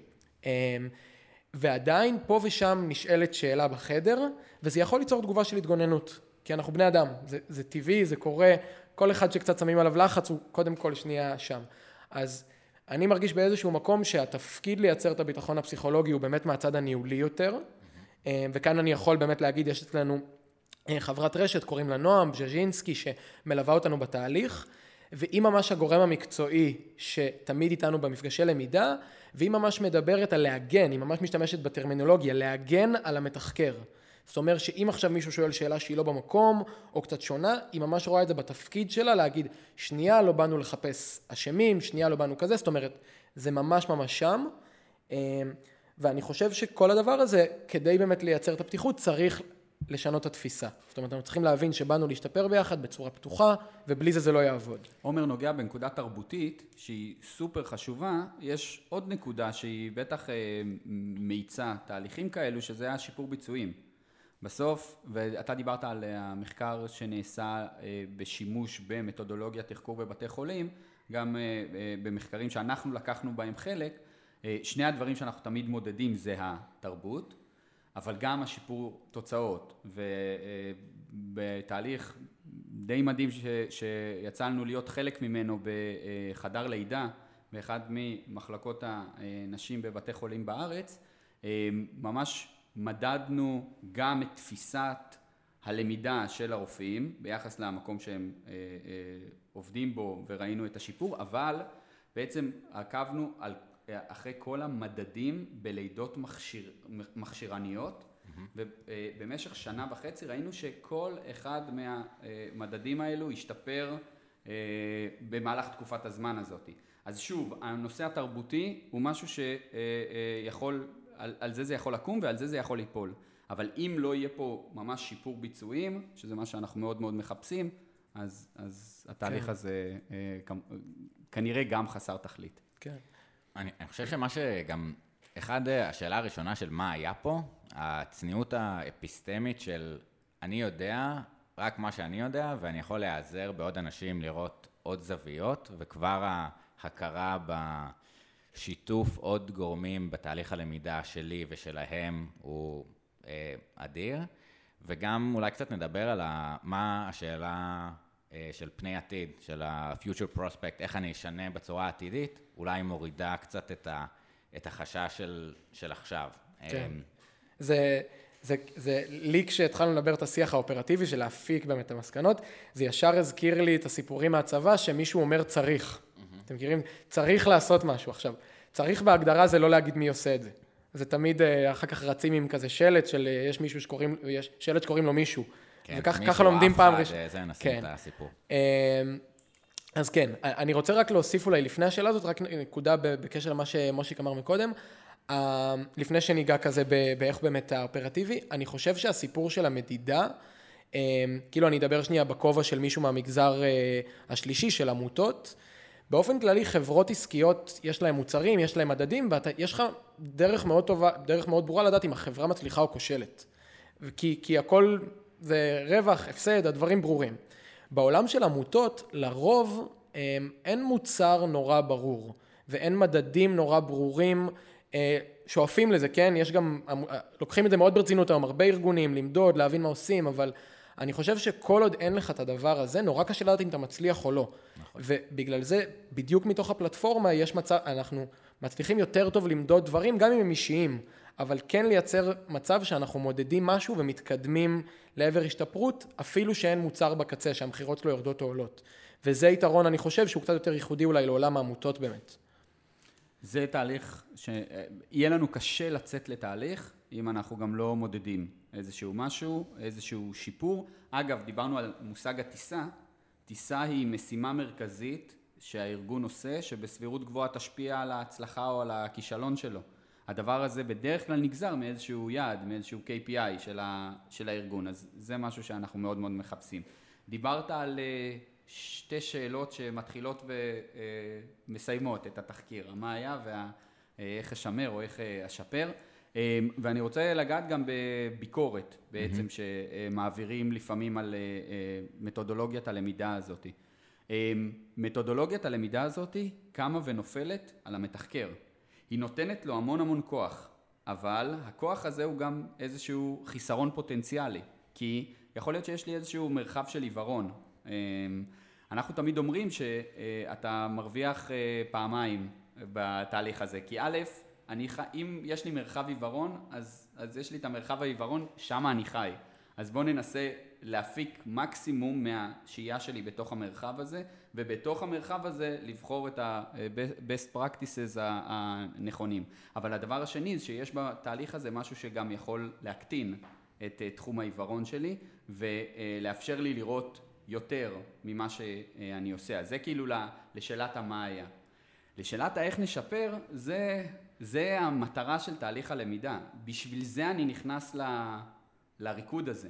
ועדיין פה ושם נשאלת שאלה בחדר, וזה יכול ליצור תגובה של התגוננות, כי אנחנו בני אדם, זה, זה טבעי, זה קורה, כל אחד שקצת שמים עליו לחץ הוא קודם כל שנייה שם. אז אני מרגיש באיזשהו מקום שהתפקיד לייצר את הביטחון הפסיכולוגי הוא באמת מהצד הניהולי יותר, mm-hmm. וכאן אני יכול באמת להגיד, יש אצלנו חברת רשת, קוראים לה נועם בז'ז'ינסקי, שמלווה אותנו בתהליך, והיא ממש הגורם המקצועי שתמיד איתנו במפגשי למידה, והיא ממש מדברת על להגן, היא ממש משתמשת בטרמינולוגיה, להגן על המתחקר. זאת אומרת שאם עכשיו מישהו שואל שאלה שהיא לא במקום, או קצת שונה, היא ממש רואה את זה בתפקיד שלה, להגיד, שנייה לא באנו לחפש אשמים, שנייה לא באנו כזה, זאת אומרת, זה ממש ממש שם, ואני חושב שכל הדבר הזה, כדי באמת לייצר את הפתיחות, צריך לשנות את התפיסה. זאת אומרת, אנחנו צריכים להבין שבאנו להשתפר ביחד בצורה פתוחה, ובלי זה זה לא יעבוד. עומר נוגע בנקודה תרבותית, שהיא סופר חשובה. יש עוד נקודה שהיא בטח אה, מאיצה תהליכים כאלו, שזה השיפור ביצועים. בסוף, ואתה דיברת על המחקר שנעשה אה, בשימוש במתודולוגיה תחקור בבתי חולים, גם אה, אה, במחקרים שאנחנו לקחנו בהם חלק, אה, שני הדברים שאנחנו תמיד מודדים זה התרבות, אבל גם השיפור תוצאות, ובתהליך די מדהים ש, שיצאנו להיות חלק ממנו בחדר לידה, באחד ממחלקות הנשים בבתי חולים בארץ, ממש מדדנו גם את תפיסת הלמידה של הרופאים, ביחס למקום שהם עובדים בו וראינו את השיפור, אבל בעצם עקבנו על אחרי כל המדדים בלידות מכשיר, מכשירניות, mm-hmm. ובמשך שנה וחצי ראינו שכל אחד מהמדדים האלו השתפר במהלך תקופת הזמן הזאת. אז שוב, הנושא התרבותי הוא משהו שיכול, על, על זה זה יכול לקום ועל זה זה יכול ליפול. אבל אם לא יהיה פה ממש שיפור ביצועים, שזה מה שאנחנו מאוד מאוד מחפשים, אז, אז התהליך כן. הזה כנראה גם חסר תכלית. כן. אני, אני חושב שמה שגם, אחד, השאלה הראשונה של מה היה פה, הצניעות האפיסטמית של אני יודע, רק מה שאני יודע, ואני יכול להיעזר בעוד אנשים לראות עוד זוויות, וכבר ההכרה בשיתוף עוד גורמים בתהליך הלמידה שלי ושלהם הוא אה, אדיר, וגם אולי קצת נדבר על מה השאלה של פני עתיד, של ה-future prospect, איך אני אשנה בצורה העתידית, אולי מורידה קצת את, ה, את החשש של, של עכשיו. כן. זה, זה, זה, לי כשהתחלנו לדבר את השיח האופרטיבי של להפיק באמת המסקנות, זה ישר הזכיר לי את הסיפורים מהצבא שמישהו אומר צריך. Mm-hmm. אתם מכירים? צריך לעשות משהו. עכשיו, צריך בהגדרה זה לא להגיד מי עושה את זה. זה תמיד אחר כך רצים עם כזה שלט של יש מישהו שקוראים, יש שלט שקוראים לו מישהו. כן, וככה לומדים פעם ראשונה. זה נשים את הסיפור. אז כן, אני רוצה רק להוסיף אולי לפני השאלה הזאת, רק נקודה בקשר למה שמושיק אמר מקודם, לפני שניגע כזה באיך באמת האופרטיבי, אני חושב שהסיפור של המדידה, כאילו אני אדבר שנייה בכובע של מישהו מהמגזר השלישי של עמותות, באופן כללי חברות עסקיות יש להם מוצרים, יש להם מדדים, ויש לך דרך מאוד טובה, דרך מאוד ברורה לדעת אם החברה מצליחה או כושלת. כי, כי הכל זה רווח, הפסד, הדברים ברורים. בעולם של עמותות, לרוב אין מוצר נורא ברור, ואין מדדים נורא ברורים, שואפים לזה, כן? יש גם, לוקחים את זה מאוד ברצינות, היום הרבה ארגונים, למדוד, להבין מה עושים, אבל אני חושב שכל עוד אין לך את הדבר הזה, נורא קשה לדעת אם אתה מצליח או לא. נכון. ובגלל זה, בדיוק מתוך הפלטפורמה, יש מצב, אנחנו מצליחים יותר טוב למדוד דברים, גם אם הם אישיים, אבל כן לייצר מצב שאנחנו מודדים משהו ומתקדמים לעבר השתפרות, אפילו שאין מוצר בקצה, שהמחירות שלו יורדות או עולות. וזה יתרון, אני חושב, שהוא קצת יותר ייחודי אולי לעולם העמותות באמת. זה תהליך שיהיה לנו קשה לצאת לתהליך, אם אנחנו גם לא מודדים איזשהו משהו, איזשהו שיפור. אגב, דיברנו על מושג הטיסה. טיסה היא משימה מרכזית שהארגון עושה, שבסבירות גבוהה תשפיע על ההצלחה או על הכישלון שלו. הדבר הזה בדרך כלל נגזר מאיזשהו יעד, מאיזשהו קיי פי איי של, ה, של הארגון, אז זה משהו שאנחנו מאוד מאוד מחפשים. דיברת על שתי שאלות שמתחילות ומסיימות את התחקיר, מה היה ואיך אשמר או איך אשפר, ואני רוצה לגעת גם בביקורת בעצם mm-hmm. שמעבירים לפעמים על מתודולוגיית הלמידה הזאת. מתודולוגיית הלמידה הזאת קמה ונופלת על המתחקר. היא נותנת לו המון המון כוח, אבל הכוח הזה הוא גם איזשהו חיסרון פוטנציאלי, כי יכול להיות שיש לי איזשהו מרחב של עיוורון. אנחנו תמיד אומרים שאתה מרוויח פעמיים בתהליך הזה, כי א', אני, אם יש לי מרחב עיוורון, אז, אז יש לי את המרחב העיוורון, שם אני חי. אז בואו ננסה להפיק מקסימום מהשהייה שלי בתוך המרחב הזה, ובתוך המרחב הזה לבחור את ה-best practices הנכונים. אבל הדבר השני זה שיש בתהליך הזה משהו שגם יכול להקטין את תחום העיוורון שלי, ולאפשר לי לראות יותר ממה שאני עושה. אז זה כאילו לשאלת מה היה. לשאלת האיך נשפר, זה, זה המטרה של תהליך הלמידה. בשביל זה אני נכנס ל, לריקוד הזה.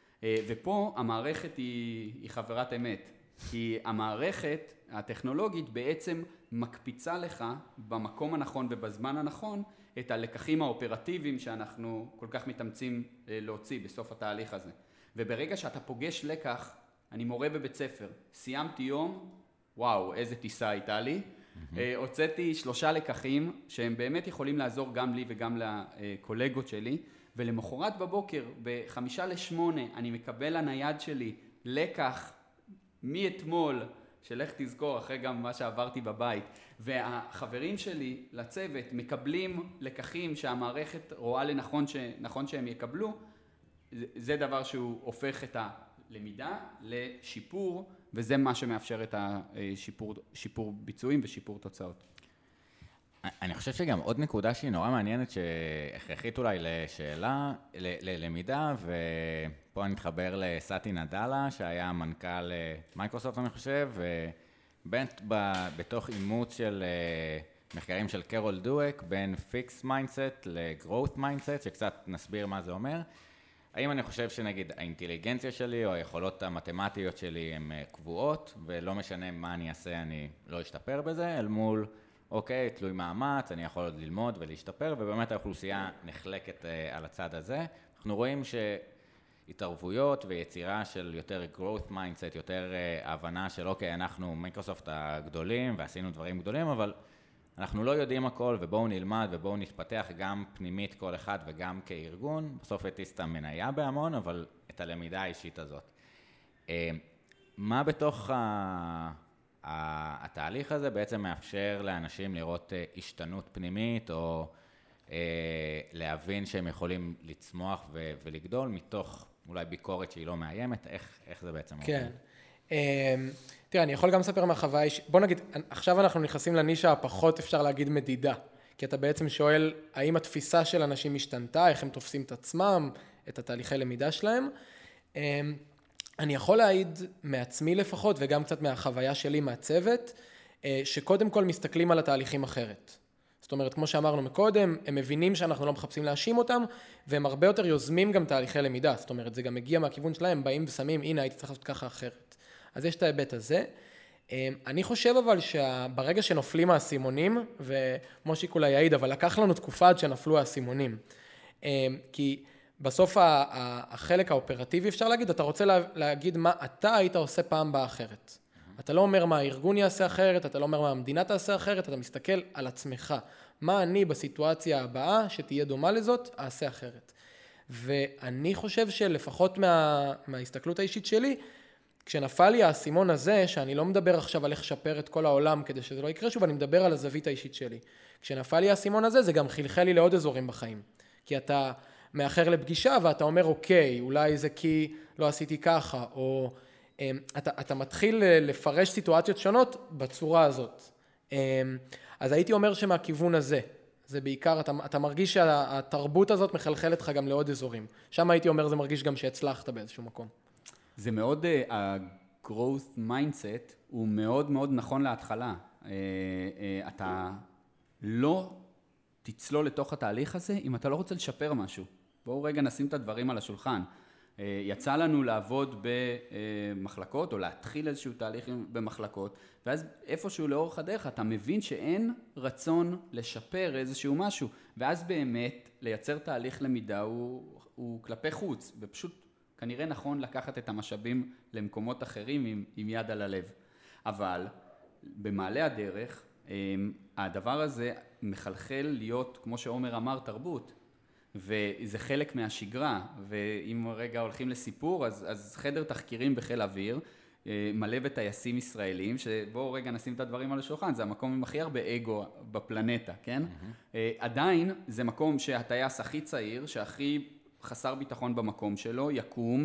ופה המערכת היא, היא חברת אמת. כי המערכת הטכנולוגית בעצם מקפיצה לך במקום הנכון ובזמן הנכון את הלקחים האופרטיביים שאנחנו כל כך מתאמצים להוציא בסוף התהליך הזה. וברגע שאתה פוגש לקח, אני מורה בבית ספר, סיימתי יום, וואו, איזה טיסה הייתה לי, mm-hmm. הוצאתי שלושה לקחים שהם באמת יכולים לעזור גם לי וגם לקולגות שלי, ולמחרת בבוקר, בחמישה לשמונה, אני מקבל לנייד שלי לקח מאתמול, של איך תזכור אחרי גם מה שעברתי בבית, והחברים שלי לצוות מקבלים לקחים שהמערכת רואה לנכון ש... נכון שהם יקבלו, זה דבר שהוא הופך את הלמידה לשיפור, וזה מה שמאפשר את השיפור, שיפור ביצועים ושיפור תוצאות. אני חושב שגם עוד נקודה שהיא נורא מעניינת, שהכרחית אולי לשאלה, ללמידה, ופה אני מתחבר לסאטי נדלה, שהיה מנכ"ל מייקרוסופט, אני חושב, ובאמת בתוך אימוץ של מחקרים של קרול דואק, בין פיקס מיינדסט לגרוות מיינדסט, שקצת נסביר מה זה אומר. האם אני חושב שנגיד האינטליגנציה שלי או היכולות המתמטיות שלי הן קבועות, ולא משנה מה אני אעשה, אני לא אשתפר בזה, אל מול אוקיי, תלוי מאמץ, אני יכול עוד ללמוד ולהשתפר, ובאמת האוכלוסייה נחלקת uh, על הצד הזה. אנחנו רואים שהתערבויות ויצירה של יותר growth mindset, יותר uh, הבנה של אוקיי, אנחנו מייקרוסופט הגדולים ועשינו דברים גדולים, אבל אנחנו לא יודעים הכל, ובואו נלמד ובואו נתפתח גם פנימית כל אחד וגם כארגון. בסוף הטיס את המניה בהמון, אבל את הלמידה האישית הזאת. Uh, מה בתוך ה... התהליך הזה בעצם מאפשר לאנשים לראות השתנות פנימית, או להבין שהם יכולים לצמוח ולגדול מתוך אולי ביקורת שהיא לא מאיימת. איך, איך זה בעצם? כן. תראה, אני יכול גם לספר מהחוויה, בוא נגיד, עכשיו אנחנו נכנסים לנישה הפחות אפשר להגיד מדידה, כי אתה בעצם שואל האם התפיסה של אנשים השתנתה, איך הם תופסים את עצמם, את התהליכי למידה שלהם. אני יכול להעיד מעצמי לפחות, וגם קצת מהחוויה שלי מהצוות, שקודם כל מסתכלים על התהליכים אחרת. זאת אומרת, כמו שאמרנו מקודם, הם מבינים שאנחנו לא מחפשים להאשים אותם, והם הרבה יותר יוזמים גם תהליכי למידה. זאת אומרת, זה גם מגיע מהכיוון שלהם, באים ושמים, הנה, הייתי צריך לעשות ככה אחרת. אז יש את ההיבט הזה. אני חושב אבל שברגע שנופלים האסימונים, ומושיק אולי יעיד, אבל לקח לנו תקופה עד שנפלו האסימונים. כי בסוף החלק האופרטיבי אפשר להגיד, אתה רוצה להגיד מה אתה היית עושה פעם באה אחרת. אתה לא אומר מה הארגון יעשה אחרת, אתה לא אומר מה המדינה תעשה אחרת, אתה מסתכל על עצמך. מה אני בסיטואציה הבאה שתהיה דומה לזאת, אעשה אחרת. ואני חושב שלפחות מה, מההסתכלות האישית שלי, כשנפל לי האסימון הזה, שאני לא מדבר עכשיו על איך לשפר את כל העולם כדי שזה לא יקרה שוב, אני מדבר על הזווית האישית שלי. כשנפל לי האסימון הזה, זה גם חלחל לי לעוד אזורים בחיים. כי אתה מאחר לפגישה ואתה אומר, אוקיי, אולי זה כי לא עשיתי ככה, או אתה, אתה מתחיל לפרש סיטואציות שונות בצורה הזאת. אז הייתי אומר שמהכיוון הזה, זה בעיקר, אתה, אתה מרגיש שהתרבות הזאת מחלחלת לך גם לעוד אזורים. שם הייתי אומר, זה מרגיש גם שהצלחת באיזשהו מקום. זה מאוד, ה-growth mindset הוא מאוד מאוד נכון להתחלה. אתה לא תצלול לתוך התהליך הזה אם אתה לא רוצה לשפר משהו. בואו רגע נשים את הדברים על השולחן. יצא לנו לעבוד במחלקות או להתחיל איזשהו תהליך במחלקות, ואז איפשהו לאורך הדרך אתה מבין שאין רצון לשפר איזשהו משהו, ואז באמת לייצר תהליך למידה הוא, הוא כלפי חוץ, ופשוט כנראה נכון לקחת את המשאבים למקומות אחרים עם, עם יד על הלב. אבל במעלה הדרך הדבר הזה מחלחל להיות, כמו שעומר אמר, תרבות. וזה חלק מהשגרה, ואם רגע הולכים לסיפור, אז, אז חדר תחקירים בחיל אוויר, מלא בטייסים ישראלים, שבואו רגע נשים את הדברים על השולחן, זה המקום עם הכי הרבה אגו בפלנטה, כן? Mm-hmm. עדיין זה מקום שהטייס הכי צעיר, שהכי חסר ביטחון במקום שלו, יקום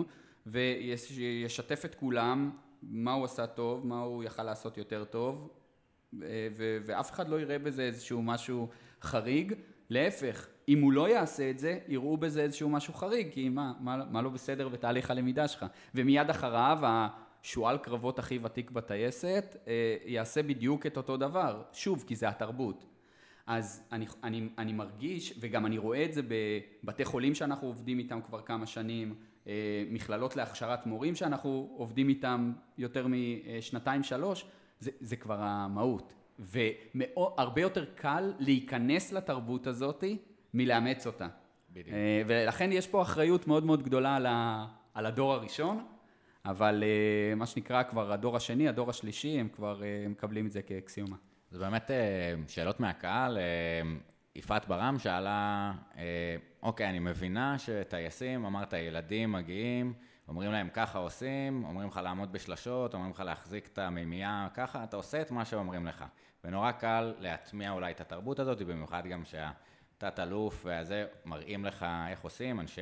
וישתף את כולם מה הוא עשה טוב, מה הוא יכל לעשות יותר טוב, ו- ואף אחד לא יראה בזה איזשהו משהו חריג, להפך, אם הוא לא יעשה את זה, יראו בזה איזשהו משהו חריג, כי מה, מה, מה לא בסדר בתהליך הלמידה שלך. ומיד אחריו, השועל קרבות הכי ותיק בטייסת, יעשה בדיוק את אותו דבר. שוב, כי זה התרבות. אז אני, אני, אני מרגיש, וגם אני רואה את זה בבתי חולים שאנחנו עובדים איתם כבר כמה שנים, מכללות להכשרת מורים שאנחנו עובדים איתם יותר משנתיים שלוש, זה, זה כבר המהות. והרבה יותר קל להיכנס לתרבות הזאת מלאמץ אותה. בדיוק. ולכן יש פה אחריות מאוד מאוד גדולה על, ה, על הדור הראשון, אבל מה שנקרא כבר הדור השני, הדור השלישי, הם כבר מקבלים את זה כאקסיומה. זה באמת שאלות מהקהל. יפעת ברם שאלה, אוקיי, אני מבינה שטייסים, אמרת, ילדים מגיעים, אומרים להם ככה עושים, אומרים לך לעמוד בשלשות, אומרים לך להחזיק את המימייה ככה, אתה עושה את מה שאומרים לך. ונורא קל להטמיע אולי את התרבות הזאת, במיוחד גם שהתת אלוף והזה מראים לך איך עושים, אנשי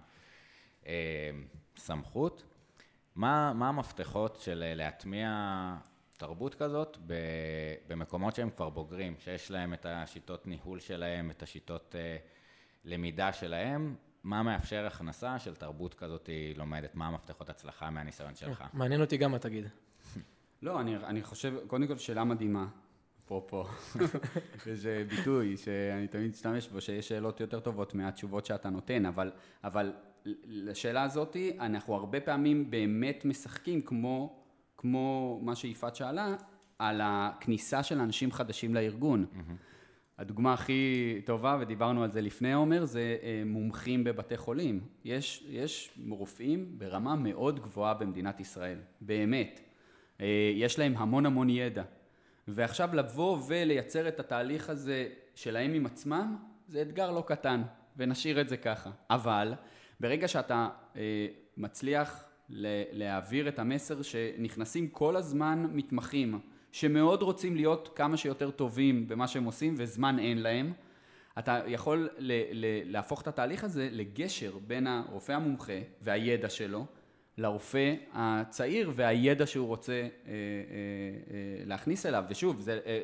הסמכות. מה, מה המפתחות של להטמיע תרבות כזאת במקומות שהם כבר בוגרים, שיש להם את השיטות ניהול שלהם, את השיטות למידה שלהם? מה מאפשר הכנסה של תרבות כזאת לומדת? מה המפתחות הצלחה מהניסיון שלך? מעניין אותי גם מה תגיד. לא, אני, אני חושב, קודם כל שאלה מדהימה, פה פה, יש ביטוי שאני תמיד משתמש בו, שיש שאלות יותר טובות מהתשובות שאתה נותן, אבל, אבל לשאלה הזאת אנחנו הרבה פעמים באמת משחקים כמו, כמו מה שיפעת שאלה, על הכניסה של אנשים חדשים לארגון. Mm-hmm. הדוגמה הכי טובה, ודיברנו על זה לפני עומר, זה מומחים בבתי חולים. יש, יש רופאים ברמה מאוד גבוהה במדינת ישראל, באמת. יש להם המון המון ידע. ועכשיו לבוא ולייצר את התהליך הזה שלהם עם עצמם, זה אתגר לא קטן, ונשאיר את זה ככה. אבל ברגע שאתה מצליח להעביר את המסר שנכנסים כל הזמן מתמחים, שמאוד רוצים להיות כמה שיותר טובים במה שהם עושים, וזמן אין להם, אתה יכול ל- ל- להפוך את התהליך הזה לגשר בין הרופא המומחה והידע שלו, לרופא הצעיר והידע שהוא רוצה אה, אה, אה, להכניס אליו, ושוב, זה אה,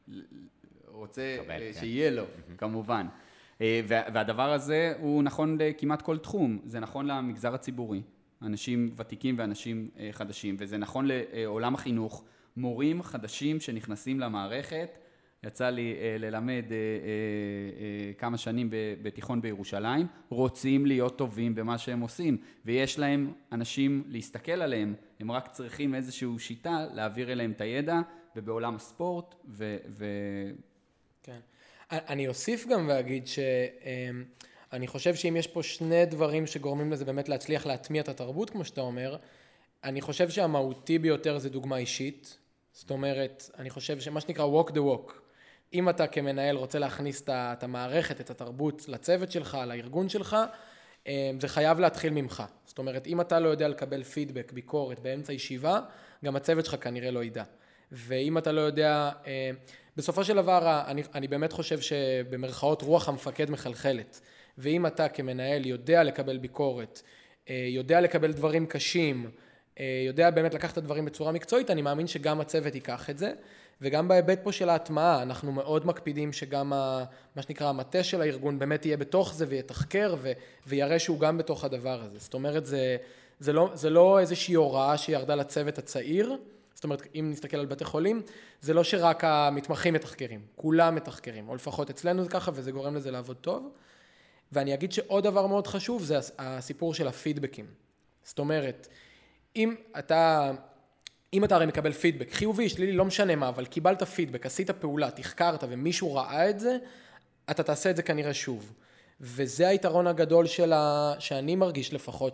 רוצה קבל, אה, כן. שיהיה לו, mm-hmm. כמובן. אה, והדבר הזה הוא נכון לכמעט כל תחום, זה נכון למגזר הציבורי, אנשים ותיקים ואנשים אה, חדשים, וזה נכון לעולם החינוך, מורים חדשים שנכנסים למערכת. יצא לי אה, ללמד אה, אה, אה, כמה שנים בתיכון בירושלים, רוצים להיות טובים במה שהם עושים, ויש להם אנשים להסתכל עליהם, הם רק צריכים איזושהי שיטה להעביר אליהם את הידע, ובעולם הספורט, ו... ו... כן. אני אוסיף גם ואגיד שאני חושב שאם יש פה שני דברים שגורמים לזה באמת להצליח להטמיע את התרבות, כמו שאתה אומר, אני חושב שהמהותי ביותר זה דוגמה אישית, זאת אומרת, אני חושב שמה שנקרא walk the walk, אם אתה כמנהל רוצה להכניס את המערכת, את התרבות לצוות שלך, לארגון שלך, זה חייב להתחיל ממך. זאת אומרת, אם אתה לא יודע לקבל פידבק, ביקורת באמצע ישיבה, גם הצוות שלך כנראה לא ידע. ואם אתה לא יודע, בסופו של דבר, אני, אני באמת חושב שבמרכאות רוח המפקד מחלחלת. ואם אתה כמנהל יודע לקבל ביקורת, יודע לקבל דברים קשים, יודע באמת לקחת את הדברים בצורה מקצועית, אני מאמין שגם הצוות ייקח את זה, וגם בהיבט פה של ההטמעה, אנחנו מאוד מקפידים שגם ה, מה שנקרא המטה של הארגון באמת יהיה בתוך זה ויתחקר ו, ויראה שהוא גם בתוך הדבר הזה. זאת אומרת, זה, זה לא, זה לא איזושהי הוראה שירדה לצוות הצעיר, זאת אומרת, אם נסתכל על בתי חולים, זה לא שרק המתמחים מתחקרים, כולם מתחקרים, או לפחות אצלנו זה ככה, וזה גורם לזה לעבוד טוב. ואני אגיד שעוד דבר מאוד חשוב, זה הסיפור של הפידבקים. זאת אומרת, אם אתה, אם אתה הרי מקבל פידבק, חיובי, שלילי, לא משנה מה, אבל קיבלת פידבק, עשית פעולה, תחקרת ומישהו ראה את זה, אתה תעשה את זה כנראה שוב. וזה היתרון הגדול שלה, שאני מרגיש לפחות,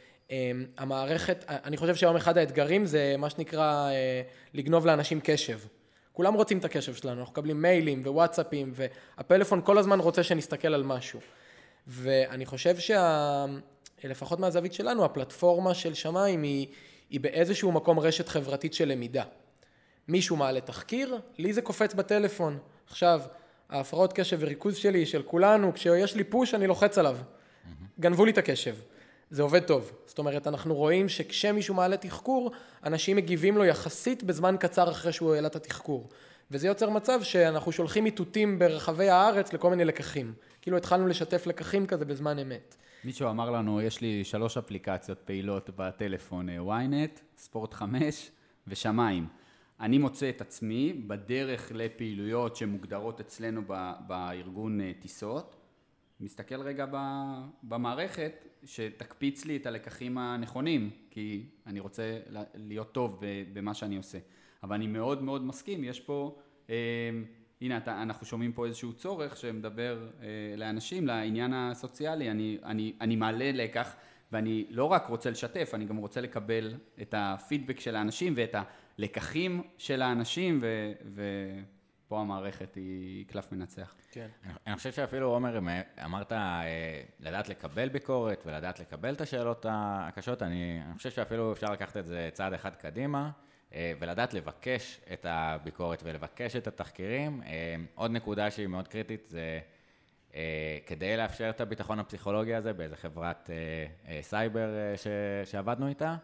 שהמערכת, אני חושב שהיום אחד האתגרים זה מה שנקרא לגנוב לאנשים קשב. כולם רוצים את הקשב שלנו, אנחנו מקבלים מיילים ווואטסאפים, והפלאפון כל הזמן רוצה שנסתכל על משהו. ואני חושב שה... לפחות מהזווית שלנו, הפלטפורמה של שמיים היא, היא באיזשהו מקום רשת חברתית של למידה. מישהו מעלה תחקיר, לי זה קופץ בטלפון. עכשיו, ההפרעות קשב וריכוז שלי, של כולנו, כשיש לי פוש אני לוחץ עליו. גנבו לי את הקשב. זה עובד טוב. זאת אומרת, אנחנו רואים שכשמישהו מעלה תחקור, אנשים מגיבים לו יחסית בזמן קצר אחרי שהוא העלה את התחקור. וזה יוצר מצב שאנחנו שולחים איתותים ברחבי הארץ לכל מיני לקחים. כאילו התחלנו לשתף לקחים כזה בזמן אמת. מישהו אמר לנו, יש לי שלוש אפליקציות פעילות בטלפון, וויינט, ספורט חמש ושמיים. אני מוצא את עצמי בדרך לפעילויות שמוגדרות אצלנו בארגון טיסות, מסתכל רגע במערכת שתקפיץ לי את הלקחים הנכונים, כי אני רוצה להיות טוב במה שאני עושה. אבל אני מאוד מאוד מסכים, יש פה, אה, הנה אתה, אנחנו שומעים פה איזשהו צורך שמדבר אה, לאנשים, לעניין הסוציאלי, אני, אני, אני מעלה לכך, ואני לא רק רוצה לשתף, אני גם רוצה לקבל את הפידבק של האנשים ואת הלקחים של האנשים, ו, ופה המערכת היא קלף מנצח. כן. אני, אני חושב שאפילו עומר, אמרת אה, לדעת לקבל ביקורת ולדעת לקבל את השאלות הקשות, אני, אני חושב שאפילו אפשר לקחת את זה צעד אחד קדימה, ולדעת לבקש את הביקורת ולבקש את התחקירים. עוד נקודה שהיא מאוד קריטית זה כדי לאפשר את הביטחון הפסיכולוגי הזה באיזה חברת סייבר שעבדנו איתה.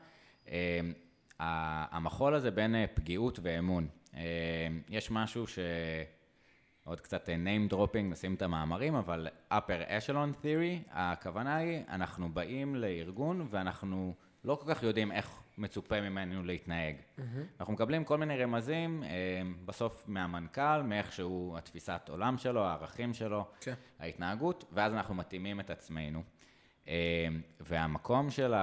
המחול הזה בין פגיעות ואמון. יש משהו שעוד קצת name dropping, נשים את המאמרים, אבל upper echelon theory, הכוונה היא, אנחנו באים לארגון ואנחנו לא כל כך יודעים איך מצופה ממנו להתנהג. Mm-hmm. אנחנו מקבלים כל מיני רמזים, בסוף מהמנכ"ל, מאיכשהו התפיסת עולם שלו, הערכים שלו, okay. ההתנהגות, ואז אנחנו מתאימים את עצמנו. והמקום של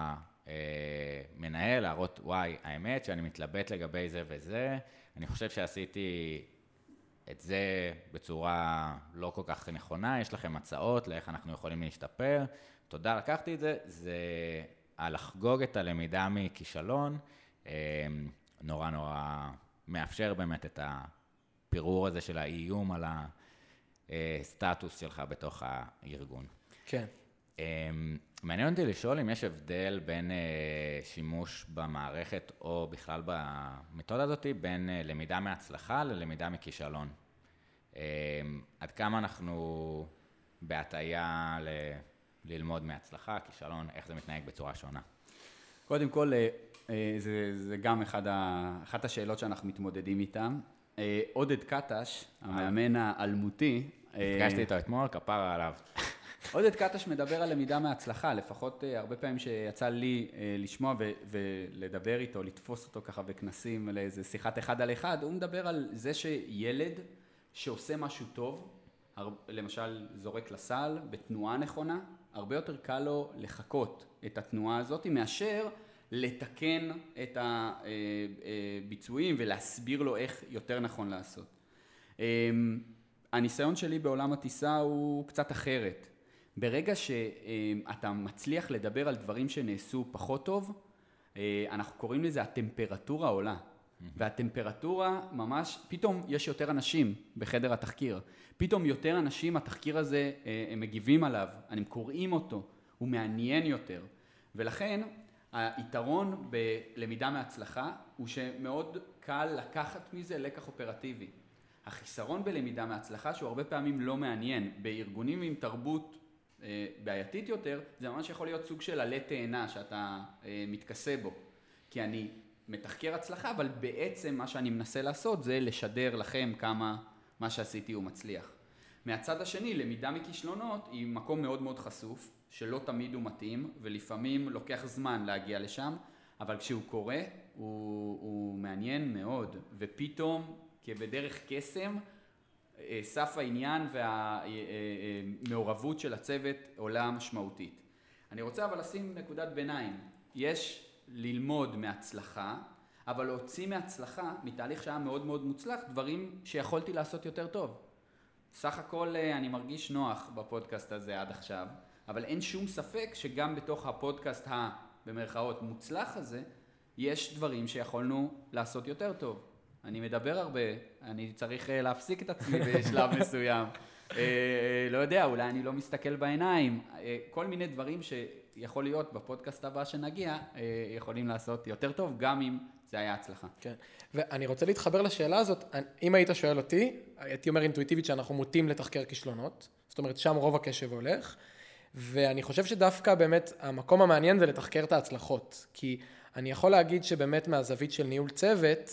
המנהל להראות, וואי, האמת שאני מתלבט לגבי זה וזה, אני חושב שעשיתי את זה בצורה לא כל כך נכונה, יש לכם הצעות לאיך אנחנו יכולים להשתפר, תודה, לקחתי את זה, זה לחגוג את הלמידה מכישלון, נורא נורא מאפשר באמת את הפירור הזה של האיום על הסטטוס שלך בתוך הארגון. כן. מעניין אותי לשאול אם יש הבדל בין שימוש במערכת או בכלל במתודה הזאת, בין למידה מהצלחה ללמידה מכישלון. עד כמה אנחנו בהטעיה ל... ללמוד מהצלחה, כישלון, איך זה מתנהג בצורה שונה. קודם כל, זה, זה גם אחד ה, אחת השאלות שאנחנו מתמודדים איתן. עודד קטש, המאמן האלמותי, נפגשתי איתו אתמול, כפרה עליו. עודד קטש מדבר על למידה מהצלחה, לפחות הרבה פעמים שיצא לי לשמוע ו- ולדבר איתו, לתפוס אותו ככה בכנסים לאיזה שיחת אחד על אחד, הוא מדבר על זה שילד שעושה משהו טוב, למשל זורק לסל בתנועה נכונה, הרבה יותר קל לו לחכות את התנועה הזאת מאשר לתקן את הביצועים ולהסביר לו איך יותר נכון לעשות. הניסיון שלי בעולם הטיסה הוא קצת אחרת. ברגע שאתה מצליח לדבר על דברים שנעשו פחות טוב, אנחנו קוראים לזה הטמפרטורה עולה. והטמפרטורה ממש, פתאום יש יותר אנשים בחדר התחקיר. פתאום יותר אנשים, התחקיר הזה, הם מגיבים עליו, הם קוראים אותו, הוא מעניין יותר. ולכן, היתרון בלמידה מהצלחה הוא שמאוד קל לקחת מזה לקח אופרטיבי. החיסרון בלמידה מהצלחה שהוא הרבה פעמים לא מעניין. בארגונים עם תרבות בעייתית יותר, זה ממש יכול להיות סוג של עלה תאנה שאתה מתכסה בו. כי אני מתחקר הצלחה, אבל בעצם מה שאני מנסה לעשות זה לשדר לכם כמה מה שעשיתי הוא מצליח. מהצד השני, למידה מכישלונות היא מקום מאוד מאוד חשוף, שלא תמיד הוא מתאים, ולפעמים לוקח זמן להגיע לשם, אבל כשהוא קורה, הוא, הוא מעניין מאוד, ופתאום, כבדרך קסם, סף העניין והמעורבות של הצוות עולה משמעותית. אני רוצה אבל לשים נקודת ביניים. יש ללמוד מהצלחה, אבל להוציא מהצלחה, מתהליך שהיה מאוד מאוד מוצלח, דברים שיכולתי לעשות יותר טוב. סך הכל אני מרגיש נוח בפודקאסט הזה עד עכשיו, אבל אין שום ספק שגם בתוך הפודקאסט במרכאות מוצלח הזה, יש דברים שיכולנו לעשות יותר טוב. אני מדבר הרבה, אני צריך להפסיק את עצמי בשלב מסוים. לא יודע, אולי אני לא מסתכל בעיניים. כל מיני דברים שיכול להיות בפודקאסט הבא שנגיע, יכולים לעשות יותר טוב, גם אם זה היה הצלחה. כן. ואני רוצה להתחבר לשאלה הזאת, אם היית שואל אותי, הייתי אומר אינטואיטיבית שאנחנו מוטים לתחקר כישלונות, זאת אומרת שם רוב הקשב הולך, ואני חושב שדווקא באמת המקום המעניין זה לתחקר את ההצלחות, כי אני יכול להגיד שבאמת מהזווית של ניהול צוות,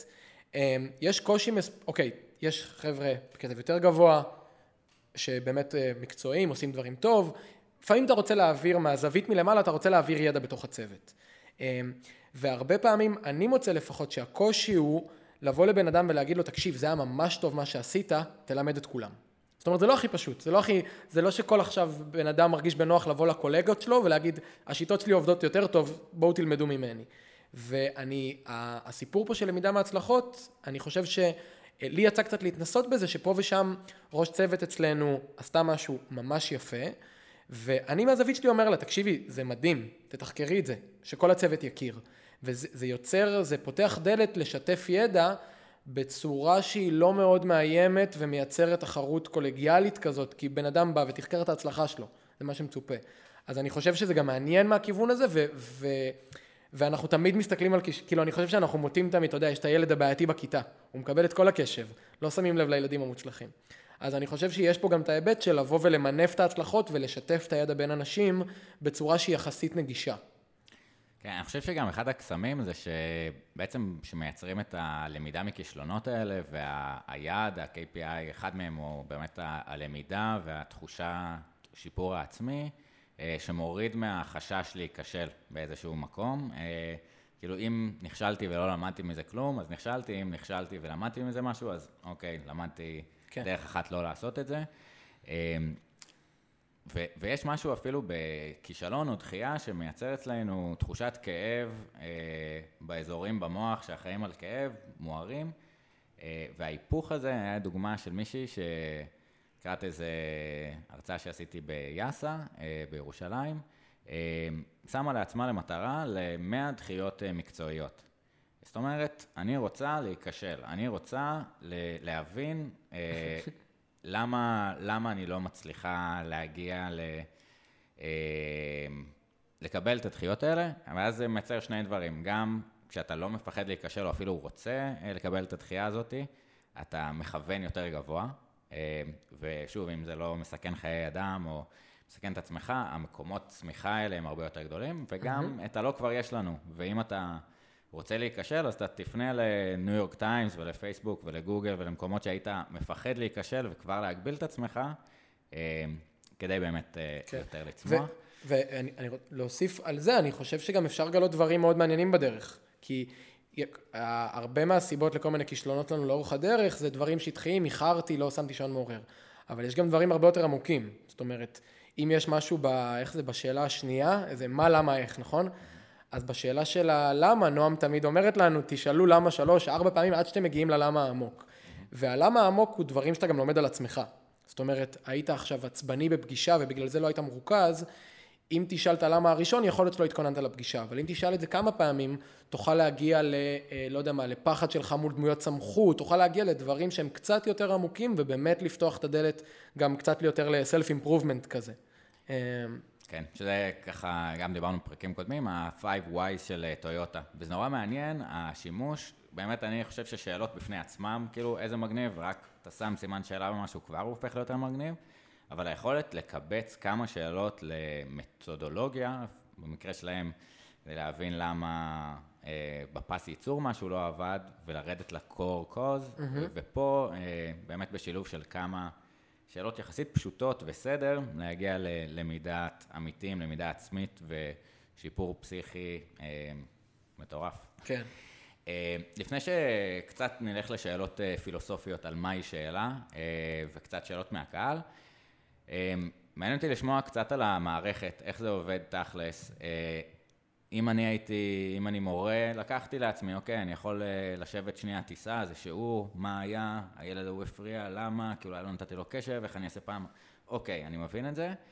יש קושי, אוקיי, יש חבר'ה בקצב יותר גבוה, שבאמת מקצועיים, עושים דברים טוב, לפעמים אתה רוצה להעביר מהזווית מלמעלה, אתה רוצה להעביר ידע בתוך הצוות. והרבה פעמים אני מוצא לפחות שהקושי הוא לבוא לבן אדם ולהגיד לו, תקשיב, זה היה ממש טוב מה שעשית, תלמד את כולם. זאת אומרת, זה לא הכי פשוט, זה לא הכי, זה לא שכל עכשיו בן אדם מרגיש בנוח לבוא לקולגות שלו ולהגיד, השיטות שלי עובדות יותר טוב, בואו תלמדו ממני. ואני, הסיפור פה של למידה מהצלחות, אני חושב שלי יצא קצת להתנסות בזה, שפה ושם ראש צוות אצלנו עשתה משהו ממש יפה, ואני מהזווית שלי אומר לה, תקשיבי, זה מדהים, תתחקרי את זה, שכל הצוות יכיר. וזה יוצר, זה פותח דלת לשתף ידע, בצורה שהיא לא מאוד מאיימת ומייצרת תחרות קולגיאלית כזאת, כי בן אדם בא ותחקר את ההצלחה שלו, זה מה שמצופה. אז אני חושב שזה גם מעניין מהכיוון הזה, ו- ו- ואנחנו תמיד מסתכלים על, כאילו אני חושב שאנחנו מוטים תמיד, אתה יודע, יש את הילד הבעייתי בכיתה, הוא מקבל את כל הקשב, לא שמים לב לילדים המוצלחים. אז אני חושב שיש פה גם את ההיבט של לבוא ולמנף את ההצלחות ולשתף את הידע בין אנשים בצורה שהיא יחסית נגישה. כן, אני חושב שגם אחד הקסמים זה שבעצם שמייצרים את הלמידה מכישלונות האלה, והיעד, ה-קיי פי איי, אחד מהם הוא באמת הלמידה והתחושה, שיפור העצמי, שמוריד מהחשש להיכשל באיזשהו מקום. כאילו אם נכשלתי ולא למדתי מזה כלום, אז נכשלתי, אם נכשלתי ולמדתי מזה משהו, אז אוקיי, למדתי כן. דרך אחת לא לעשות את זה. ו- ויש משהו אפילו בכישלון או דחייה שמייצר אצלנו תחושת כאב אה, באזורים במוח שאחראים על כאב, מוארים, אה, וההיפוך הזה היה דוגמה של מישהי שקראת איזו הרצאה שעשיתי ביאסה, אה, בירושלים, אה, שמה לעצמה למטרה ל-מאה דחיות אה, מקצועיות. זאת אומרת, אני רוצה להיכשל, אני רוצה ל- להבין אה, למה, למה אני לא מצליחה להגיע ל, אה, לקבל את הדחיות האלה, אבל אז זה מייצר שני דברים, גם כשאתה לא מפחד להיכשל או אפילו רוצה לקבל את הדחייה הזאת, אתה מכוון יותר גבוה, אה, ושוב, אם זה לא מסכן חיי אדם או מסכן את עצמך, המקומות צמיחה האלה הם הרבה יותר גדולים, וגם mm-hmm. את הלא כבר יש לנו, ואם אתה רוצה להיכשל, אז אתה תפנה לניו יורק טיימס ולפייסבוק ולגוגל ולמקומות שהיית מפחד להיכשל וכבר להגביל את עצמך, כדי באמת כן. יותר לצמוח. ואני להוסיף על זה, אני חושב שגם אפשר לגלות דברים מאוד מעניינים בדרך, כי הרבה מהסיבות לכל מיני כישלונות לנו לאורך הדרך, זה דברים שטחיים, איחרתי, לא שמתי שעון מעורר. אבל יש גם דברים הרבה יותר עמוקים. זאת אומרת, אם יש משהו, ב, איך זה, בשאלה השנייה, איזה מה, למה, איך, נכון? אז בשאלה של הלמה, נועם תמיד אומרת לנו, תשאלו למה שלוש, ארבע פעמים עד שאתם מגיעים ללמה העמוק. והלמה העמוק הוא דברים שאתה גם לומד על עצמך. זאת אומרת, היית עכשיו עצבני בפגישה ובגלל זה לא היית מרוכז, אם תשאל את הלמה הראשון, יכול להיות שלא התכוננת לפגישה, אבל אם תשאל את זה כמה פעמים, תוכל להגיע ל, לא יודע מה, לפחד שלך מול דמויות סמכות, תוכל להגיע לדברים שהם קצת יותר עמוקים, ובאמת לפתוח את הדלת גם קצת יותר ל-self-improvement כזה. כן, שזה ככה, גם דיברנו בפרקים קודמים, ה-five whys של טויוטה. וזה נורא מעניין, השימוש, באמת אני חושב ששאלות בפני עצמם, כאילו איזה מגניב, רק אתה שם סימן שאלה במשהו, כבר הוא הופך ליותר מגניב, אבל היכולת לקבץ כמה שאלות למתודולוגיה, במקרה שלהם, זה להבין למה אה, בפס ייצור משהו לא עבד, ולרדת ל-core cause, mm-hmm. ופה אה, באמת בשילוב של כמה שאלות יחסית פשוטות וסדר, להגיע ללמידת עמיתים, למידה עצמית ושיפור פסיכי אה, מטורף. כן. אה, לפני שקצת נלך לשאלות אה, פילוסופיות על מהי שאלה, אה, וקצת שאלות מהקהל, אה, מעניין אותי לשמוע קצת על המערכת, איך זה עובד תכלס. אה, אם אני הייתי, אם אני מורה, לקחתי לעצמי, אוקיי, אני יכול לשבת שנייה טיסה, זה שיעור, מה היה, הילד הוא הפריע, למה, כאילו לא נתתי לו קשב, איך אני אעשה פעם, אוקיי, אני מבין את זה.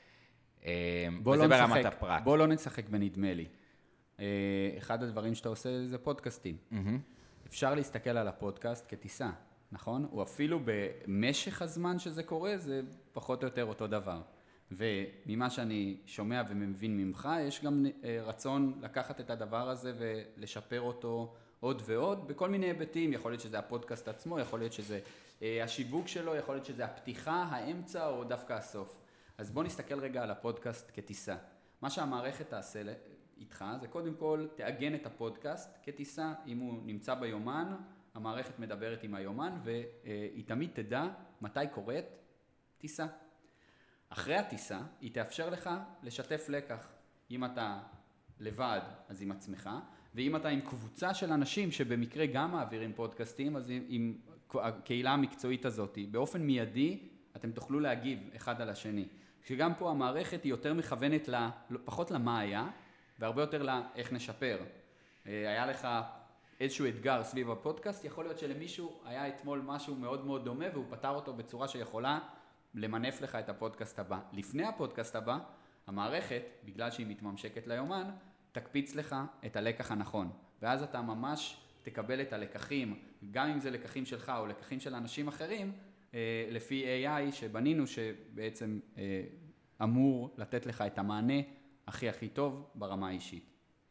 וזה ברמת הפרט. בוא לא נשחק בנדמה לי. אחד הדברים שאתה עושה זה פודקאסטים. אפשר להסתכל על הפודקאסט כטיסה, נכון? או אפילו במשך הזמן שזה קורה, זה פחות או יותר אותו דבר. וממה שאני שומע ומבין ממך, יש גם רצון לקחת את הדבר הזה ולשפר אותו עוד ועוד, בכל מיני היבטים. יכול להיות שזה הפודקאסט עצמו, יכול להיות שזה השיווק שלו, יכול להיות שזה הפתיחה, האמצע או דווקא הסוף. אז בוא נסתכל רגע על הפודקאסט כטיסה. מה שהמערכת תעשה איתך, זה קודם כל תאגן את הפודקאסט כטיסה. אם הוא נמצא ביומן, המערכת מדברת עם היומן, והיא תמיד תדע מתי קורית טיסה. אחרי הטיסה, היא תאפשר לך לשתף לקח. אם אתה לבד, אז עם עצמך, ואם אתה עם קבוצה של אנשים שבמקרה גם מעבירים פודקאסטים, אז עם, עם הקהילה המקצועית הזאת, באופן מיידי, אתם תוכלו להגיב אחד על השני. שגם פה המערכת היא יותר מכוונת לה, פחות למה היה, והרבה יותר לאיך נשפר. היה לך איזשהו אתגר סביב הפודקאסט, יכול להיות שלמישהו היה אתמול משהו מאוד מאוד דומה, והוא פתר אותו בצורה שיכולה למנף לך את הפודקאסט הבא. לפני הפודקאסט הבא, המערכת, בגלל שהיא מתממשקת ליומן, תקפיץ לך את הלקח הנכון. ואז אתה ממש תקבל את הלקחים, גם אם זה לקחים שלך או לקחים של אנשים אחרים, לפי איי איי שבנינו, שבעצם אמור לתת לך את המענה הכי הכי טוב ברמה האישית.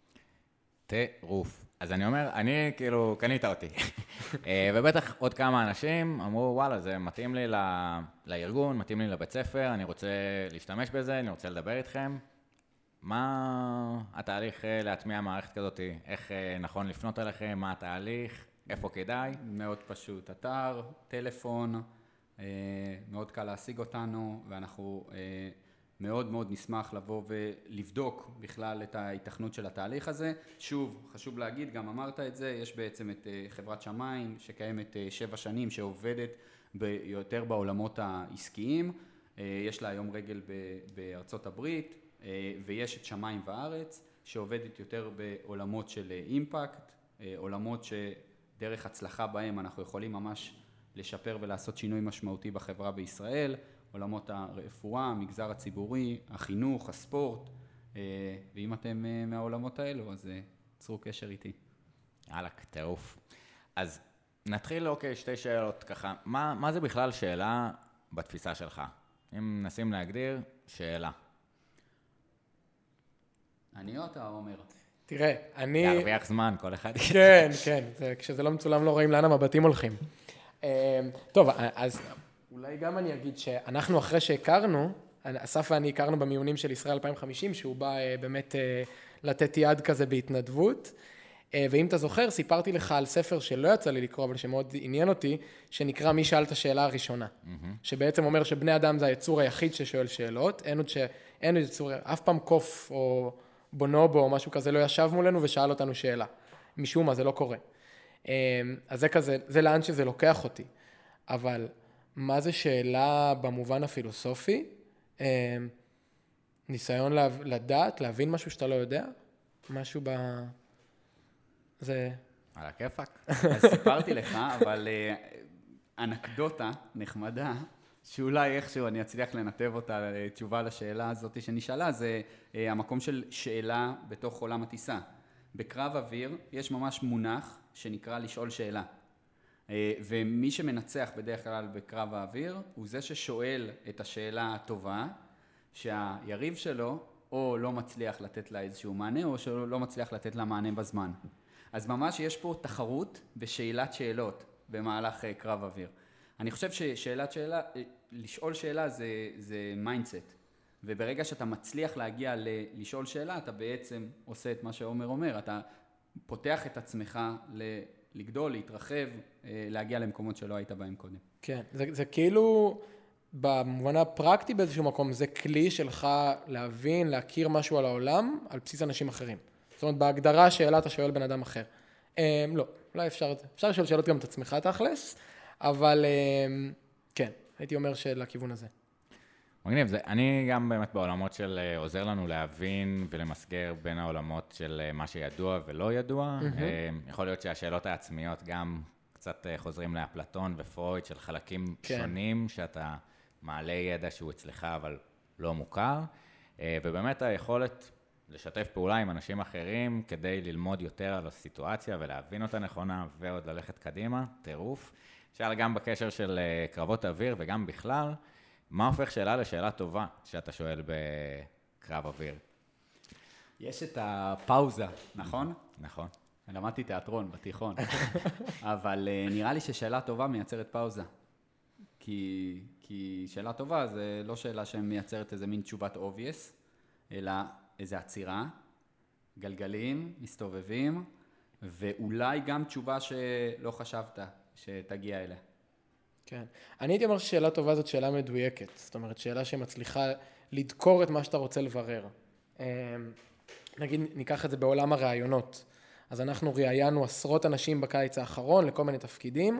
טירוף. אז אני אומר, אני כאילו, קנית אותי. ובטח עוד כמה אנשים אמרו, וואלה, זה מתאים לי לארגון, מתאים לי לבית ספר, אני רוצה להשתמש בזה, אני רוצה לדבר איתכם. מה התהליך להטמיע מערכת כזאת? איך נכון לפנות אליכם? מה התהליך? איפה כדאי? מאוד פשוט. אתר, טלפון, מאוד קל להשיג אותנו, ואנחנו מאוד מאוד נשמח לבוא ולבדוק בכלל את ההיתכנות של התהליך הזה. שוב, חשוב להגיד, גם אמרת את זה, יש בעצם את חברת שמיים שקיימת שבע שנים, שעובדת יותר בעולמות העסקיים. יש לה היום רגל בארצות הברית, ויש את שמיים בארץ, שעובדת יותר בעולמות של אימפקט, עולמות שדרך הצלחה בהם אנחנו יכולים ממש לשפר ולעשות שינוי משמעותי בחברה בישראל, עולמות הרפואה, המגזר הציבורי, החינוך, הספורט, ואם אתם מהעולמות האלו, אז צרו קשר איתי. יאללה, טירוף. אז נתחיל, אוקיי, שתי שאלות ככה. מה, מה זה בכלל שאלה בתפיסה שלך? אם נשים להגדיר, שאלה. אני או אתה אומר? תראה, אני... להרוויח זמן, כל אחד. כן, כן, זה, כשזה לא מצולם לא רואים לאן המבטים הולכים. טוב, אז אולי גם אני אגיד שאנחנו אחרי שהכרנו, אסף ואני הכרנו במיונים של ישראל אלפיים וחמישים, שהוא בא באמת לתת יד כזה בהתנדבות, ואם אתה זוכר, סיפרתי לך על ספר שלא יצא לי לקרוא, אבל שמאוד עניין אותי, שנקרא מי שאל את השאלה הראשונה, שבעצם אומר שבני אדם זה היצור היחיד ששואל שאלות, אין עוד שאין עוד יצור, אף פעם קוף או בונובו או משהו כזה לא ישב מולנו ושאל אותנו שאלה. משום מה, זה לא קורה. אז זה כזה, זה לאן שזה לוקח אותי. אבל מה זה שאלה במובן הפילוסופי? ניסיון לדעת, להבין משהו שאתה לא יודע? משהו ב... זה... על הכיפק. אז סיפרתי לך, אבל אנקדוטה נחמדה, שאולי איכשהו אני אצליח לנתב אותה לתשובה לשאלה הזאת שנשאלה, זה המקום של שאלה בתוך עולם הטיסה. בקרב אוויר יש ממש מונח שנקרא לשאול שאלה. ומי שמנצח בדרך כלל בקרב האוויר הוא זה ששואל את השאלה הטובה, שהיריב שלו או לא מצליח לתת לה איזשהו מענה, או שלא מצליח לתת לה מענה בזמן. אז ממש יש פה תחרות בשאלת שאלות במהלך קרב אוויר. אני חושב ששאלת שאלה, לשאול שאלה זה, זה מיינדסט. וברגע שאתה מצליח להגיע ל- לשאול שאלה, אתה בעצם עושה את מה שעומר אומר. אתה פותח את עצמך ל- לגדול, להתרחב, להגיע למקומות שלא היית בהם קודם. כן, זה, זה כאילו, במובן הפרקטי באיזשהו מקום, זה כלי שלך להבין, להכיר משהו על העולם, על בסיס אנשים אחרים. זאת אומרת, בהגדרה שאלה אתה שואל בן אדם אחר. לא, אולי אפשר את זה. אפשר לשאול שאלות גם את עצמך תכלס, אבל כן, הייתי אומר שלכיוון הזה. מגניב, זה, אני גם באמת בעולמות של עוזר לנו להבין ולמסגר בין העולמות של מה שידוע ולא ידוע. Mm-hmm. יכול להיות שהשאלות העצמיות גם קצת חוזרים לאפלטון ופרויד של חלקים כן. שונים, שאתה מעלה ידע שהוא אצלך אבל לא מוכר. ובאמת היכולת לשתף פעולה עם אנשים אחרים כדי ללמוד יותר על הסיטואציה ולהבין אותה נכונה ועוד ללכת קדימה, טירוף. שאלה גם בקשר של קרבות אוויר וגם בכלל, מה הופך שאלה לשאלה טובה שאתה שואל בקרב אוויר? יש את הפאוזה, נכון? נכון. למדתי תיאטרון בתיכון, אבל נראה לי ששאלה טובה מייצרת פאוזה. כי, כי שאלה טובה זה לא שאלה שמייצרת איזה מין תשובת obvious, אלא איזה עצירה, גלגלים, מסתובבים, ואולי גם תשובה שלא חשבת שתגיע אליה. כן. אני הייתי אומר ששאלה טובה זאת שאלה מדויקת. זאת אומרת, שאלה שמצליחה לדקור את מה שאתה רוצה לברר. נגיד, ניקח את זה בעולם הרעיונות. אז אנחנו ראיינו עשרות אנשים בקיץ האחרון לכל מיני תפקידים,